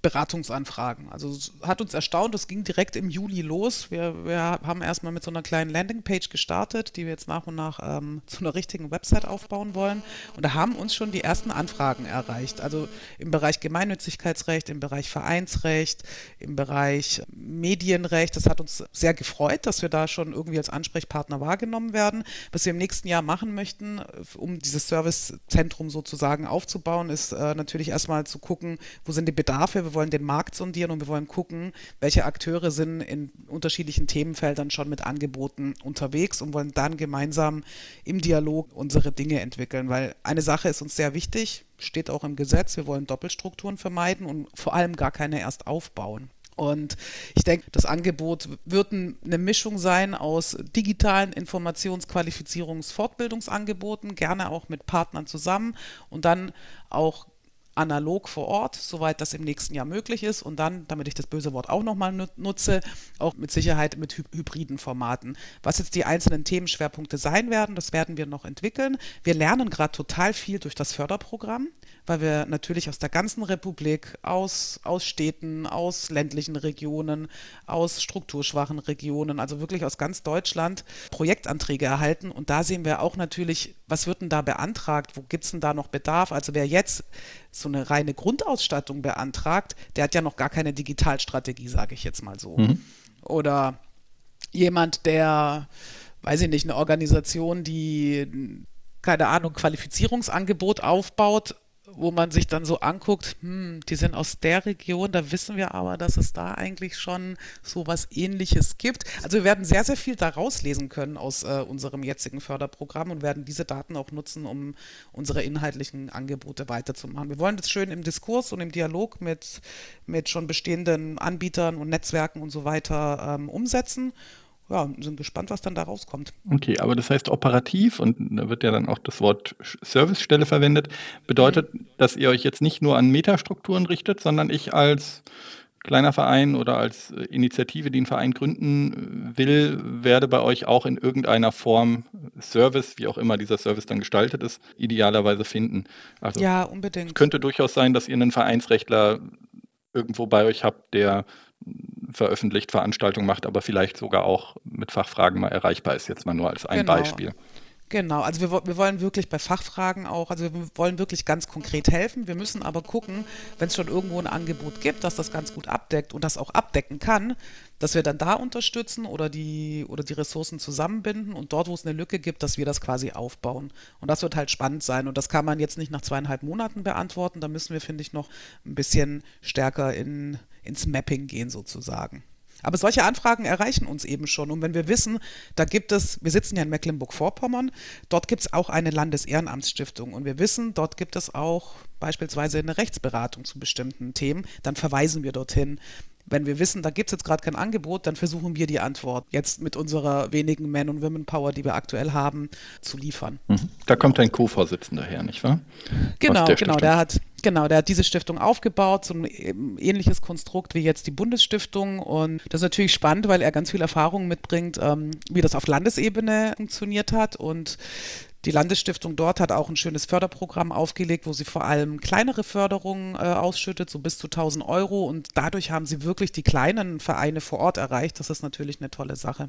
Beratungsanfragen. Also es hat uns erstaunt, das ging direkt im Juli los. Wir haben erstmal mit so einer kleinen Landingpage gestartet, die wir jetzt nach und nach zu einer richtigen Website aufbauen wollen. Und da haben uns schon die ersten Anfragen erreicht. Also im Bereich Gemeinnützigkeitsrecht, im Bereich Vereinsrecht, im Bereich Medienrecht. Das hat uns sehr gefreut, dass wir da schon irgendwie als Ansprechpartner wahrgenommen werden. Was wir im nächsten Jahr machen möchten, um dieses Servicezentrum sozusagen aufzubauen, ist natürlich erstmal zu gucken, wo sind die Bedarfe. Wir wollen den Markt sondieren und wir wollen gucken, welche Akteure sind in unterschiedlichen Themenfeldern schon mit Angeboten unterwegs und wollen dann gemeinsam im Dialog unsere Dinge entwickeln. Weil eine Sache ist uns sehr wichtig, steht auch im Gesetz, wir wollen Doppelstrukturen vermeiden und vor allem gar keine erst aufbauen. Und ich denke, das Angebot wird eine Mischung sein aus digitalen Informations-, Fortbildungsangeboten, gerne auch mit Partnern zusammen und dann auch analog vor Ort, soweit das im nächsten Jahr möglich ist und dann, damit ich das böse Wort auch nochmal nutze, auch mit Sicherheit mit hybriden Formaten. Was jetzt die einzelnen Themenschwerpunkte sein werden, das werden wir noch entwickeln. Wir lernen gerade total viel durch das Förderprogramm, weil wir natürlich aus der ganzen Republik, aus Städten, aus ländlichen Regionen, aus strukturschwachen Regionen, also wirklich aus ganz Deutschland Projektanträge erhalten und da sehen wir auch natürlich, was wird denn da beantragt, wo gibt es denn da noch Bedarf, also wer jetzt so eine reine Grundausstattung beantragt, der hat ja noch gar keine Digitalstrategie, sage ich jetzt mal so. Oder jemand, der, weiß ich nicht, eine Organisation, die, keine Ahnung, Qualifizierungsangebot aufbaut, wo man sich dann so anguckt, die sind aus der Region, da wissen wir aber, dass es da eigentlich schon so was Ähnliches gibt. Also wir werden sehr, sehr viel da rauslesen können aus unserem jetzigen Förderprogramm und werden diese Daten auch nutzen, um unsere inhaltlichen Angebote weiterzumachen. Wir wollen das schön im Diskurs und im Dialog mit schon bestehenden Anbietern und Netzwerken und so weiter umsetzen. Ja, sind gespannt, was dann da rauskommt. Okay, aber das heißt operativ, und da wird ja dann auch das Wort Servicestelle verwendet, bedeutet, dass ihr euch jetzt nicht nur an Metastrukturen richtet, sondern ich als kleiner Verein oder als Initiative, die einen Verein gründen will, werde bei euch auch in irgendeiner Form Service, wie auch immer dieser Service dann gestaltet ist, idealerweise finden. Also ja, unbedingt. Es könnte durchaus sein, dass ihr einen Vereinsrechtler irgendwo bei euch habt, der veröffentlicht, Veranstaltungen macht, aber vielleicht sogar auch mit Fachfragen mal erreichbar ist, jetzt mal nur als ein Beispiel. Genau, also wir wollen wirklich bei Fachfragen auch, also wir wollen wirklich ganz konkret helfen. Wir müssen aber gucken, wenn es schon irgendwo ein Angebot gibt, dass das ganz gut abdeckt und das auch abdecken kann, dass wir dann da unterstützen oder die Ressourcen zusammenbinden und dort, wo es eine Lücke gibt, dass wir das quasi aufbauen. Und das wird halt spannend sein und das kann man jetzt nicht nach 2,5 Monaten beantworten, da müssen wir, finde ich, noch ein bisschen stärker ins Mapping gehen sozusagen. Aber solche Anfragen erreichen uns eben schon. Und wenn wir wissen, da gibt es, wir sitzen ja in Mecklenburg-Vorpommern, dort gibt es auch eine Landesehrenamtsstiftung. Und wir wissen, dort gibt es auch beispielsweise eine Rechtsberatung zu bestimmten Themen, dann verweisen wir dorthin. Wenn wir wissen, da gibt es jetzt gerade kein Angebot, dann versuchen wir die Antwort jetzt mit unserer wenigen Man- und Women-Power, die wir aktuell haben, zu liefern. Da kommt ein Co-Vorsitzender her, nicht wahr? Genau, der hat diese Stiftung aufgebaut, so ein ähnliches Konstrukt wie jetzt die Bundesstiftung. Und das ist natürlich spannend, weil er ganz viel Erfahrung mitbringt, wie das auf Landesebene funktioniert hat. Und die Landesstiftung dort hat auch ein schönes Förderprogramm aufgelegt, wo sie vor allem kleinere Förderungen ausschüttet, so bis zu 1.000 Euro. Und dadurch haben sie wirklich die kleinen Vereine vor Ort erreicht. Das ist natürlich eine tolle Sache.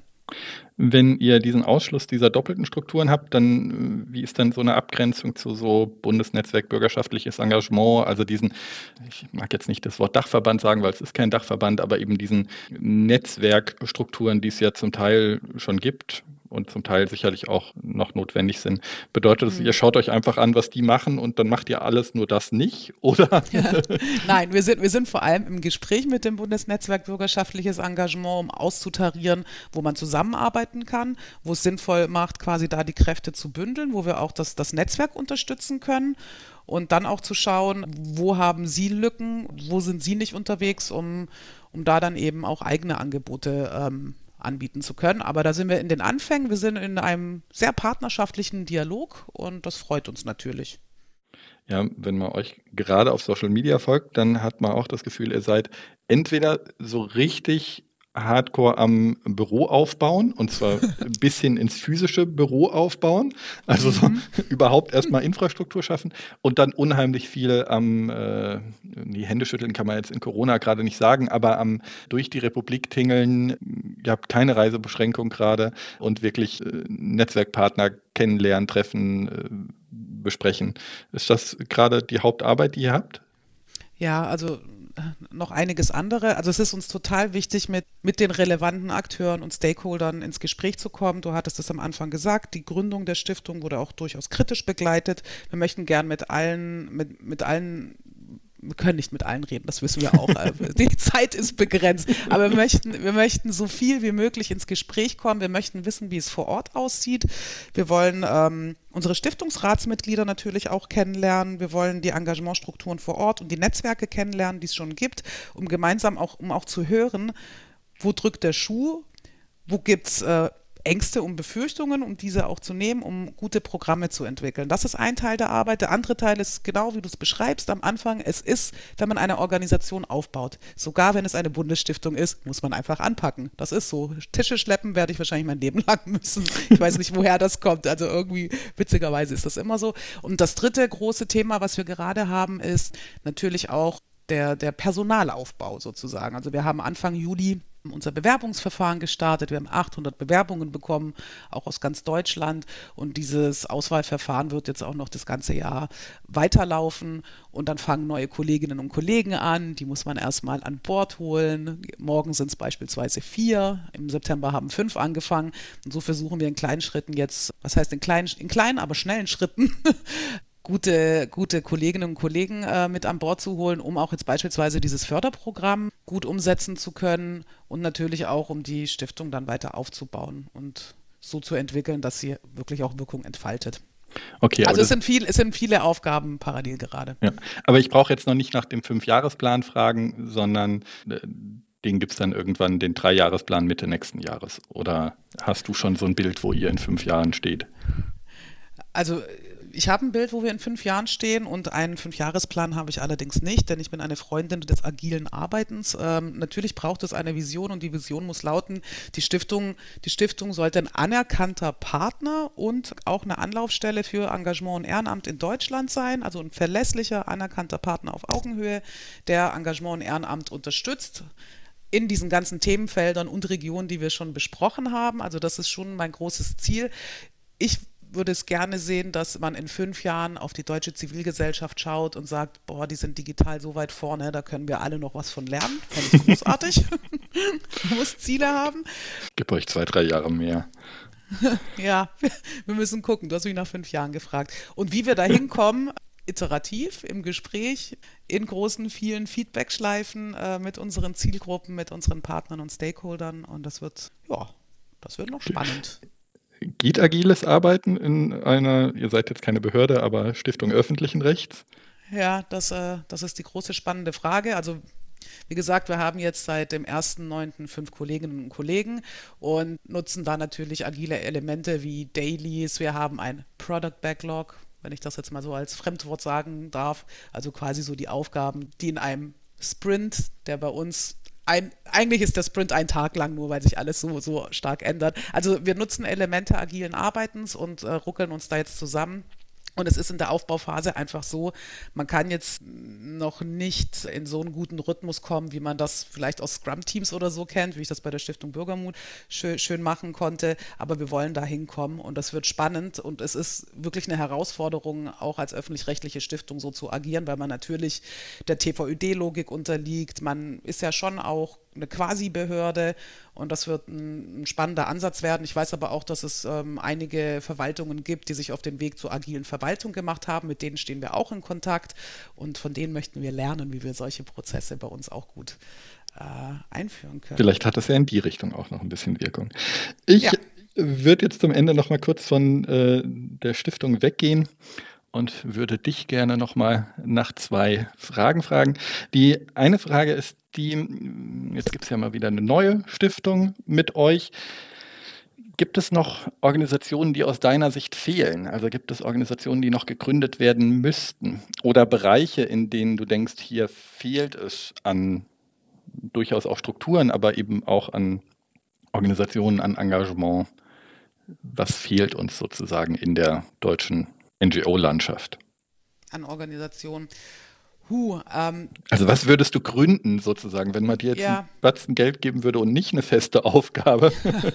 Wenn ihr diesen Ausschluss dieser doppelten Strukturen habt, dann wie ist dann so eine Abgrenzung zu so Bundesnetzwerk bürgerschaftliches Engagement, also diesen, ich mag jetzt nicht das Wort Dachverband sagen, weil es ist kein Dachverband, aber eben diesen Netzwerkstrukturen, die es ja zum Teil schon gibt und zum Teil sicherlich auch noch notwendig sind. Bedeutet das, ihr schaut euch einfach an, was die machen und dann macht ihr alles, nur das nicht, oder? Ja. Nein, wir sind vor allem im Gespräch mit dem Bundesnetzwerk bürgerschaftliches Engagement, um auszutarieren, wo man zusammenarbeiten kann, wo es sinnvoll macht, quasi da die Kräfte zu bündeln, wo wir auch das Netzwerk unterstützen können und dann auch zu schauen, wo haben Sie Lücken, wo sind Sie nicht unterwegs, um da dann eben auch eigene Angebote anbieten zu können. Aber da sind wir in den Anfängen, wir sind in einem sehr partnerschaftlichen Dialog und das freut uns natürlich. Ja, wenn man euch gerade auf Social Media folgt, dann hat man auch das Gefühl, ihr seid entweder so richtig hardcore am Büro aufbauen, und zwar bis hin ins physische Büro aufbauen, also so überhaupt erstmal Infrastruktur schaffen und dann unheimlich viel die Hände schütteln kann man jetzt in Corona gerade nicht sagen, aber durch die Republik tingeln, ihr habt keine Reisebeschränkung gerade und wirklich Netzwerkpartner kennenlernen, treffen, besprechen. Ist das gerade die Hauptarbeit, die ihr habt? Ja, also noch einiges andere. Also es ist uns total wichtig, mit den relevanten Akteuren und Stakeholdern ins Gespräch zu kommen. Du hattest es am Anfang gesagt, die Gründung der Stiftung wurde auch durchaus kritisch begleitet. Wir möchten gern mit allen, wir können nicht mit allen reden, das wissen wir auch. Die Zeit ist begrenzt. Aber wir möchten so viel wie möglich ins Gespräch kommen. Wir möchten wissen, wie es vor Ort aussieht. Wir wollen unsere Stiftungsratsmitglieder natürlich auch kennenlernen. Wir wollen die Engagementstrukturen vor Ort und die Netzwerke kennenlernen, die es schon gibt, um auch zu hören, wo drückt der Schuh, wo gibt es Ängste und Befürchtungen, um diese auch zu nehmen, um gute Programme zu entwickeln. Das ist ein Teil der Arbeit. Der andere Teil ist genau, wie du es beschreibst am Anfang. Es ist, wenn man eine Organisation aufbaut, sogar wenn es eine Bundesstiftung ist, muss man einfach anpacken. Das ist so. Tische schleppen werde ich wahrscheinlich mein Leben lang müssen. Ich weiß nicht, woher das kommt. Also irgendwie, witzigerweise ist das immer so. Und das dritte große Thema, was wir gerade haben, ist natürlich auch der Personalaufbau sozusagen. Also wir haben Anfang Juli unser Bewerbungsverfahren gestartet. Wir haben 800 Bewerbungen bekommen, auch aus ganz Deutschland. Und dieses Auswahlverfahren wird jetzt auch noch das ganze Jahr weiterlaufen. Und dann fangen neue Kolleginnen und Kollegen an. Die muss man erstmal an Bord holen. Morgen sind es beispielsweise 4. Im September haben 5 angefangen. Und so versuchen wir in kleinen Schritten jetzt, was heißt in kleinen, aber schnellen Schritten, gute Kolleginnen und Kollegen mit an Bord zu holen, um auch jetzt beispielsweise dieses Förderprogramm gut umsetzen zu können und natürlich auch, um die Stiftung dann weiter aufzubauen und so zu entwickeln, dass sie wirklich auch Wirkung entfaltet. Okay, also es sind viele Aufgaben parallel gerade. Ja. Aber ich brauche jetzt noch nicht nach dem 5-Jahresplan fragen, sondern den gibt es dann irgendwann, den 3-Jahresplan Mitte nächsten Jahres. Oder hast du schon so ein Bild, wo ihr in 5 Jahren steht? Also ich habe ein Bild, wo wir in 5 Jahren stehen, und einen 5-Jahresplan habe ich allerdings nicht, denn ich bin eine Freundin des agilen Arbeitens. Natürlich braucht es eine Vision, und die Vision muss lauten, die Stiftung sollte ein anerkannter Partner und auch eine Anlaufstelle für Engagement und Ehrenamt in Deutschland sein, also ein verlässlicher, anerkannter Partner auf Augenhöhe, der Engagement und Ehrenamt unterstützt in diesen ganzen Themenfeldern und Regionen, die wir schon besprochen haben. Also das ist schon mein großes Ziel. Ich würde es gerne sehen, dass man in 5 Jahren auf die deutsche Zivilgesellschaft schaut und sagt, boah, die sind digital so weit vorne, da können wir alle noch was von lernen. Fände ich großartig. Man muss Ziele haben. Gib euch 2-3 Jahre mehr. Ja, wir müssen gucken. Du hast mich nach 5 Jahren gefragt. Und wie wir da hinkommen, iterativ, im Gespräch, in großen, vielen Feedback-Schleifen mit unseren Zielgruppen, mit unseren Partnern und Stakeholdern. Und das wird noch spannend. Geht agiles Arbeiten in einer, ihr seid jetzt keine Behörde, aber Stiftung öffentlichen Rechts? Ja, das ist die große spannende Frage. Also wie gesagt, wir haben jetzt seit dem 1.9. 5 Kolleginnen und Kollegen und nutzen da natürlich agile Elemente wie Dailies. Wir haben ein Product Backlog, wenn ich das jetzt mal so als Fremdwort sagen darf. Also quasi so die Aufgaben, die in einem Sprint, der bei uns eigentlich ist der Sprint ein Tag lang, nur weil sich alles so stark ändert. Also wir nutzen Elemente agilen Arbeitens und ruckeln uns da jetzt zusammen. Und es ist in der Aufbauphase einfach so, man kann jetzt noch nicht in so einen guten Rhythmus kommen, wie man das vielleicht aus Scrum-Teams oder so kennt, wie ich das bei der Stiftung Bürgermut schön machen konnte. Aber wir wollen da hinkommen, und das wird spannend, und es ist wirklich eine Herausforderung, auch als öffentlich-rechtliche Stiftung so zu agieren, weil man natürlich der TVÖD-Logik unterliegt. Man ist ja schon auch eine Quasi-Behörde, und das wird ein spannender Ansatz werden. Ich weiß aber auch, dass es einige Verwaltungen gibt, die sich auf den Weg zur agilen Verwaltung gemacht haben. Mit denen stehen wir auch in Kontakt, und von denen möchten wir lernen, wie wir solche Prozesse bei uns auch gut einführen können. Vielleicht hat das ja in die Richtung auch noch ein bisschen Wirkung. Ich würde jetzt zum Ende noch mal kurz von der Stiftung weggehen und würde dich gerne noch mal nach 2 Fragen fragen. Die eine Frage ist jetzt gibt es ja mal wieder eine neue Stiftung mit euch. Gibt es noch Organisationen, die aus deiner Sicht fehlen? Also gibt es Organisationen, die noch gegründet werden müssten? Oder Bereiche, in denen du denkst, hier fehlt es an durchaus auch Strukturen, aber eben auch an Organisationen, an Engagement. Was fehlt uns sozusagen in der deutschen NGO-Landschaft? An Organisationen. Also was würdest du gründen sozusagen, wenn man dir jetzt einen Ja, Batzen Geld geben würde und nicht eine feste Aufgabe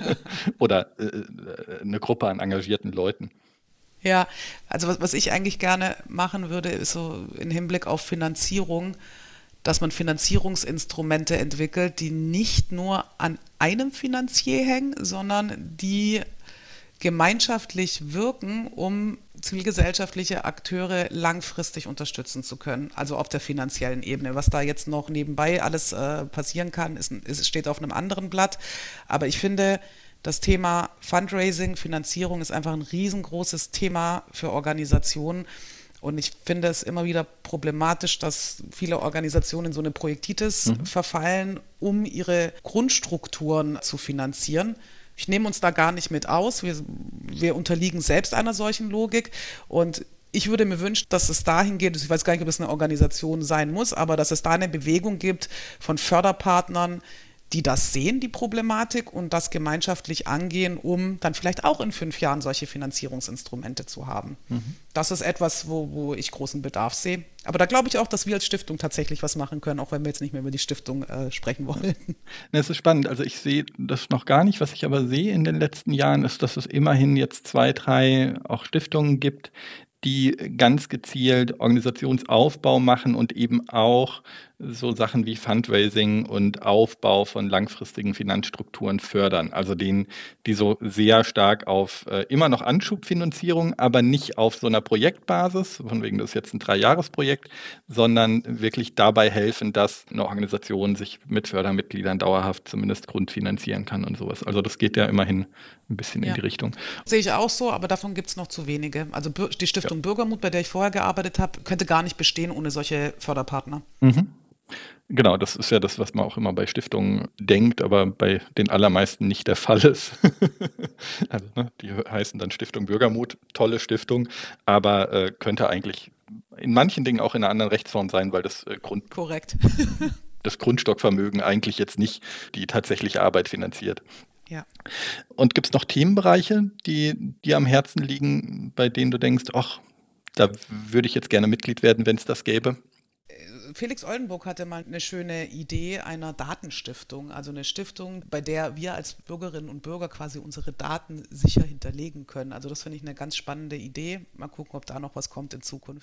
oder eine Gruppe an engagierten Leuten? ja, also was ich eigentlich gerne machen würde, ist so im Hinblick auf Finanzierung, dass man Finanzierungsinstrumente entwickelt, die nicht nur an einem Finanzier hängen, sondern die gemeinschaftlich wirken, um zivilgesellschaftliche Akteure langfristig unterstützen zu können, also auf der finanziellen Ebene. Was da jetzt noch nebenbei alles passieren kann, steht auf einem anderen Blatt. Aber ich finde, das Thema Fundraising, Finanzierung ist einfach ein riesengroßes Thema für Organisationen. Und ich finde es immer wieder problematisch, dass viele Organisationen in so eine Projektitis verfallen, um ihre Grundstrukturen zu finanzieren. Ich nehme uns da gar nicht mit aus. Wir unterliegen selbst einer solchen Logik. Und ich würde mir wünschen, dass es dahin geht, ich weiß gar nicht, ob es eine Organisation sein muss, aber dass es da eine Bewegung gibt von Förderpartnern, die das sehen, die Problematik, und das gemeinschaftlich angehen, um dann vielleicht auch in 5 Jahren solche Finanzierungsinstrumente zu haben. Das ist etwas, wo ich großen Bedarf sehe. Aber da glaube ich auch, dass wir als Stiftung tatsächlich was machen können, auch wenn wir jetzt nicht mehr über die Stiftung sprechen wollen. Es ist spannend. Also ich sehe das noch gar nicht. Was ich aber sehe in den letzten Jahren, ist, dass es immerhin jetzt 2, 3 auch Stiftungen gibt, die ganz gezielt Organisationsaufbau machen und eben auch so Sachen wie Fundraising und Aufbau von langfristigen Finanzstrukturen fördern. Also die so sehr stark auf immer noch Anschubfinanzierung, aber nicht auf so einer Projektbasis, von wegen das ist jetzt ein 3-Jahres-Projekt, sondern wirklich dabei helfen, dass eine Organisation sich mit Fördermitgliedern dauerhaft zumindest grundfinanzieren kann und sowas. Also das geht ja immerhin ein bisschen in die Richtung. Sehe ich auch so, aber davon gibt es noch zu wenige. Also die Stiftung Bürgermut, bei der ich vorher gearbeitet habe, könnte gar nicht bestehen ohne solche Förderpartner. Genau, das ist ja das, was man auch immer bei Stiftungen denkt, aber bei den allermeisten nicht der Fall ist. Also die heißen dann Stiftung Bürgermut, tolle Stiftung, aber könnte eigentlich in manchen Dingen auch in einer anderen Rechtsform sein, weil das Korrekt. das Grundstockvermögen eigentlich jetzt nicht die tatsächliche Arbeit finanziert. Ja. Und gibt es noch Themenbereiche, die dir am Herzen liegen, bei denen du denkst, ach, da würde ich jetzt gerne Mitglied werden, wenn es das gäbe? Felix Oldenburg hatte mal eine schöne Idee einer Datenstiftung, also eine Stiftung, bei der wir als Bürgerinnen und Bürger quasi unsere Daten sicher hinterlegen können. Also das finde ich eine ganz spannende Idee. Mal gucken, ob da noch was kommt in Zukunft.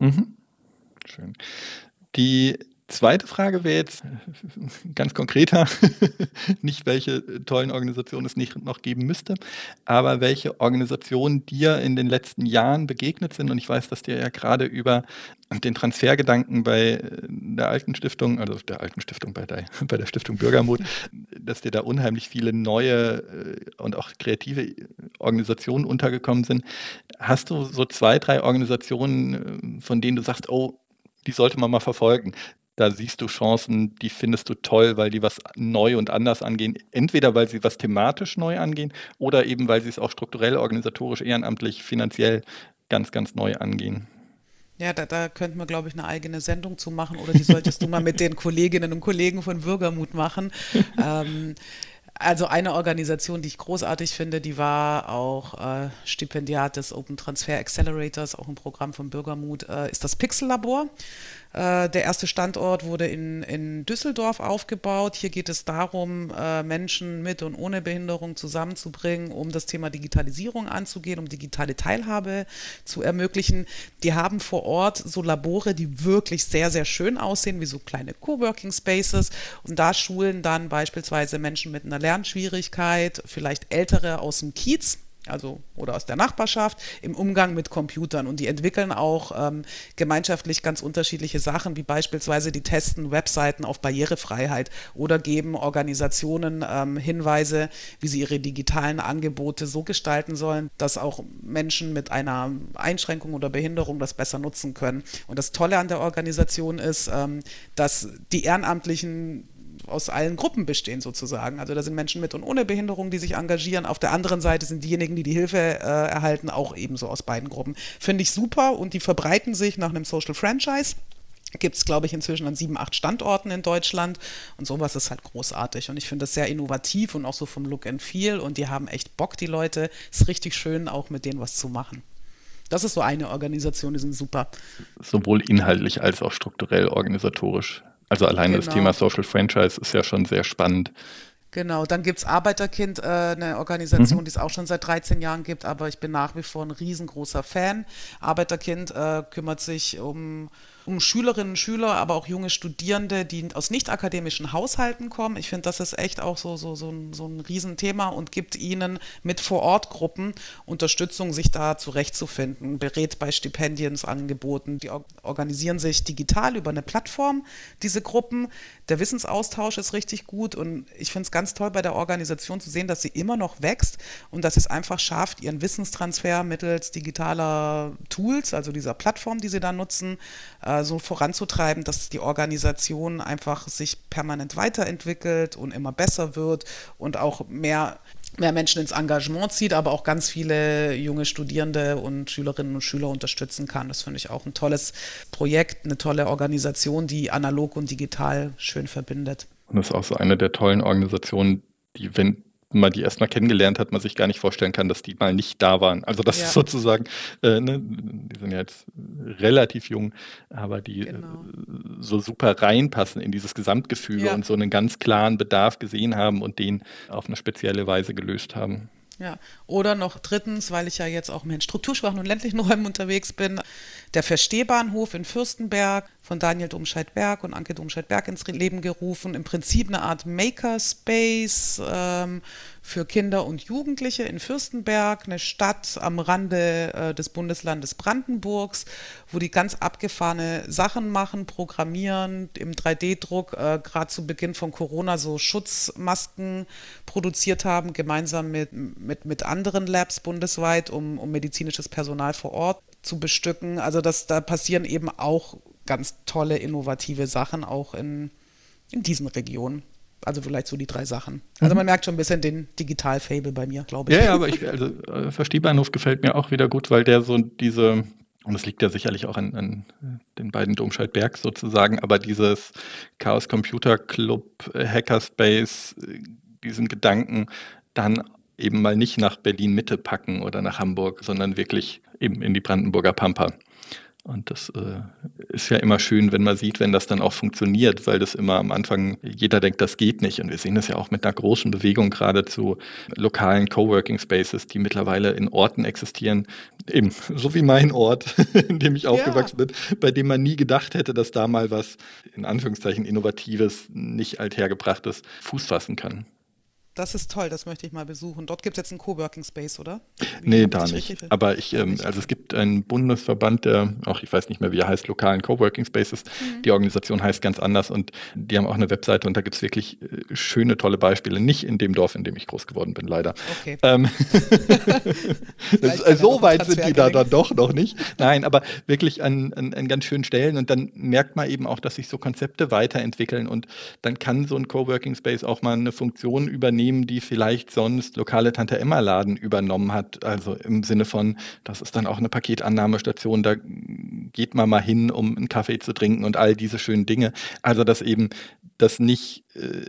Schön. Die zweite Frage wäre jetzt ganz konkreter, nicht welche tollen Organisationen es nicht noch geben müsste, aber welche Organisationen dir in den letzten Jahren begegnet sind. Und ich weiß, dass dir ja gerade über den Transfergedanken bei der alten Stiftung, also der alten Stiftung bei der Stiftung Bürgermut, dass dir da unheimlich viele neue und auch kreative Organisationen untergekommen sind. Hast du so 2, 3 Organisationen, von denen du sagst, oh, die sollte man mal verfolgen? Da siehst du Chancen, die findest du toll, weil die was neu und anders angehen. Entweder weil sie was thematisch neu angehen oder eben weil sie es auch strukturell, organisatorisch, ehrenamtlich, finanziell ganz, ganz neu angehen. Ja, da könnten wir, glaube ich, eine eigene Sendung zu machen, oder die solltest du mal mit den Kolleginnen und Kollegen von Bürgermut machen. Also eine Organisation, die ich großartig finde, die war auch Stipendiat des Open Transfer Accelerators, auch ein Programm von Bürgermut, ist das Pixel-Labor. Der erste Standort wurde in Düsseldorf aufgebaut. Hier geht es darum, Menschen mit und ohne Behinderung zusammenzubringen, um das Thema Digitalisierung anzugehen, um digitale Teilhabe zu ermöglichen. Die haben vor Ort so Labore, die wirklich sehr, sehr schön aussehen, wie so kleine Coworking Spaces. Und da schulen dann beispielsweise Menschen mit einer Lernschwierigkeit, vielleicht Ältere aus dem Kiez, also oder aus der Nachbarschaft, im Umgang mit Computern. Und die entwickeln auch gemeinschaftlich ganz unterschiedliche Sachen, wie beispielsweise die testen Webseiten auf Barrierefreiheit oder geben Organisationen Hinweise, wie sie ihre digitalen Angebote so gestalten sollen, dass auch Menschen mit einer Einschränkung oder Behinderung das besser nutzen können. Und das Tolle an der Organisation ist, dass die Ehrenamtlichen aus allen Gruppen bestehen sozusagen. Also da sind Menschen mit und ohne Behinderung, die sich engagieren. Auf der anderen Seite sind diejenigen, die die Hilfe erhalten, auch ebenso aus beiden Gruppen. Finde ich super, und die verbreiten sich nach einem Social Franchise. Gibt es, glaube ich, inzwischen an 7, 8 Standorten in Deutschland und sowas ist halt großartig und ich finde das sehr innovativ und auch so vom Look and Feel und die haben echt Bock, die Leute. Ist richtig schön, auch mit denen was zu machen. Das ist so eine Organisation, die sind super. Sowohl inhaltlich als auch strukturell organisatorisch. Also alleine das Thema Genau. Social Franchise ist ja schon sehr spannend. Genau, dann gibt es Arbeiterkind, eine Organisation, Mhm. die es auch schon seit 13 Jahren gibt, aber ich bin nach wie vor ein riesengroßer Fan. Arbeiterkind kümmert sich um Schülerinnen und Schüler, aber auch junge Studierende, die aus nicht-akademischen Haushalten kommen. Ich finde, das ist echt auch so ein Riesenthema und gibt ihnen mit Vor-Ort-Gruppen Unterstützung, sich da zurechtzufinden, berät bei Stipendienangeboten. Die organisieren sich digital über eine Plattform, diese Gruppen. Der Wissensaustausch ist richtig gut und ich finde es ganz toll bei der Organisation zu sehen, dass sie immer noch wächst und dass sie es einfach schafft, ihren Wissenstransfer mittels digitaler Tools, also dieser Plattform, die sie da nutzen, so voranzutreiben, dass die Organisation einfach sich permanent weiterentwickelt und immer besser wird und auch mehr Menschen ins Engagement zieht, aber auch ganz viele junge Studierende und Schülerinnen und Schüler unterstützen kann. Das finde ich auch ein tolles Projekt, eine tolle Organisation, die analog und digital schön verbindet. Und das ist auch so eine der tollen Organisationen, die, wenn man die erstmal kennengelernt hat, man sich gar nicht vorstellen kann, dass die mal nicht da waren. Also das ist Ja, sozusagen, ne, die sind ja jetzt relativ jung, aber die genau. so super reinpassen in dieses Gesamtgefüge Ja, und so einen ganz klaren Bedarf gesehen haben und den auf eine spezielle Weise gelöst haben. ja. Oder noch drittens, weil ich ja jetzt auch mehr in strukturschwachen und ländlichen Räumen unterwegs bin, der Verstehbahnhof in Fürstenberg von Daniel Domscheit-Berg und Anke Domscheit-Berg ins Leben gerufen. Im Prinzip eine Art Makerspace für Kinder und Jugendliche in Fürstenberg, eine Stadt am Rande des Bundeslandes Brandenburgs, wo die ganz abgefahrene Sachen machen, programmieren, im 3D-Druck, gerade zu Beginn von Corona so Schutzmasken produziert haben, gemeinsam mit anderen Labs bundesweit, um medizinisches Personal vor Ort zu bestücken. Also da passieren eben auch ganz tolle, innovative Sachen auch in diesen Regionen. Also vielleicht so die 3 Sachen. Also man Mhm. merkt schon ein bisschen den Digital-Fable bei mir, glaube Ja, ich. ja, aber Verstehbahnhof gefällt mir auch wieder gut, weil der so diese, und das liegt ja sicherlich auch an den beiden Domscheit-Berg sozusagen, aber dieses Chaos Computer Club, Hackerspace, diesen Gedanken dann eben mal nicht nach Berlin-Mitte packen oder nach Hamburg, sondern wirklich eben in die Brandenburger Pampa. Und das ist ja immer schön, wenn man sieht, wenn das dann auch funktioniert, weil das immer am Anfang, jeder denkt, das geht nicht. Und wir sehen das ja auch mit einer großen Bewegung gerade zu lokalen Coworking Spaces, die mittlerweile in Orten existieren, eben so wie mein Ort, in dem ich Ja, aufgewachsen bin, bei dem man nie gedacht hätte, dass da mal was, in Anführungszeichen, Innovatives, nicht althergebrachtes Fuß fassen kann. das ist toll, das möchte ich mal besuchen. Dort gibt es jetzt einen Coworking Space, oder? Nee, Habe ich da dich nicht. richtig? Aber Da nicht, also es okay. gibt einen Bundesverband, der, auch ich weiß nicht mehr, wie er heißt, lokalen Coworking Spaces. Mhm. Die Organisation heißt ganz anders und die haben auch eine Webseite und da gibt es wirklich schöne, tolle Beispiele. Nicht in dem Dorf, in dem ich groß geworden bin, leider. Okay. Ähm, Vielleicht kann ja noch so ein weit sind Transfer die da gelingen. dann doch noch nicht. Nein, aber wirklich an ganz schönen Stellen und dann merkt man eben auch, dass sich so Konzepte weiterentwickeln und dann kann so ein Coworking Space auch mal eine Funktion übernehmen, die vielleicht sonst lokale Tante-Emma-Laden übernommen hat. Also im Sinne von, das ist dann auch eine Paketannahmestation, da geht man mal hin, um einen Kaffee zu trinken und all diese schönen Dinge. Also dass eben das nicht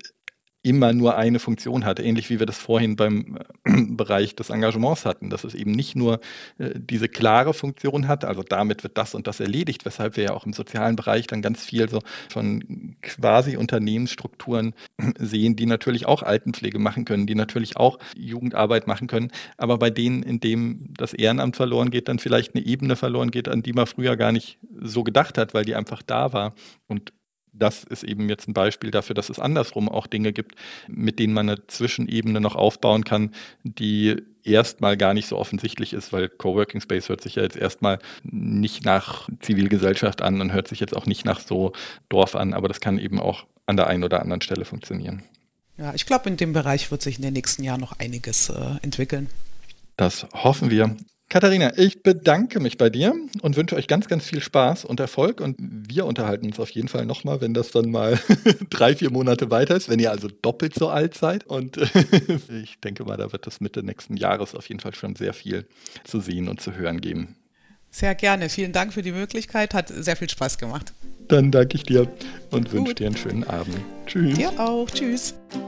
immer nur eine Funktion hat, ähnlich wie wir das vorhin beim Bereich des Engagements hatten, dass es eben nicht nur diese klare Funktion hat, also damit wird das und das erledigt, weshalb wir ja auch im sozialen Bereich dann ganz viel so von quasi Unternehmensstrukturen sehen, die natürlich auch Altenpflege machen können, die natürlich auch Jugendarbeit machen können, aber bei denen, in dem das Ehrenamt verloren geht, dann vielleicht eine Ebene verloren geht, an die man früher gar nicht so gedacht hat, weil die einfach da war. Und das ist eben jetzt ein Beispiel dafür, dass es andersrum auch Dinge gibt, mit denen man eine Zwischenebene noch aufbauen kann, die erstmal gar nicht so offensichtlich ist, weil Coworking Space hört sich ja jetzt erstmal nicht nach Zivilgesellschaft an und hört sich jetzt auch nicht nach so Dorf an, aber das kann eben auch an der einen oder anderen Stelle funktionieren. Ja, ich glaube, in dem Bereich wird sich in den nächsten Jahren noch einiges entwickeln. Das hoffen wir. Katharina, ich bedanke mich bei dir und wünsche euch ganz, ganz viel Spaß und Erfolg. Und wir unterhalten uns auf jeden Fall nochmal, wenn das dann mal 3, 4 Monate weiter ist, wenn ihr also doppelt so alt seid. Und ich denke mal, da wird es Mitte nächsten Jahres auf jeden Fall schon sehr viel zu sehen und zu hören geben. Sehr gerne. Vielen Dank für die Möglichkeit. Hat sehr viel Spaß gemacht. Dann danke ich dir und wünsche dir einen schönen Abend. Tschüss. Dir auch. Tschüss.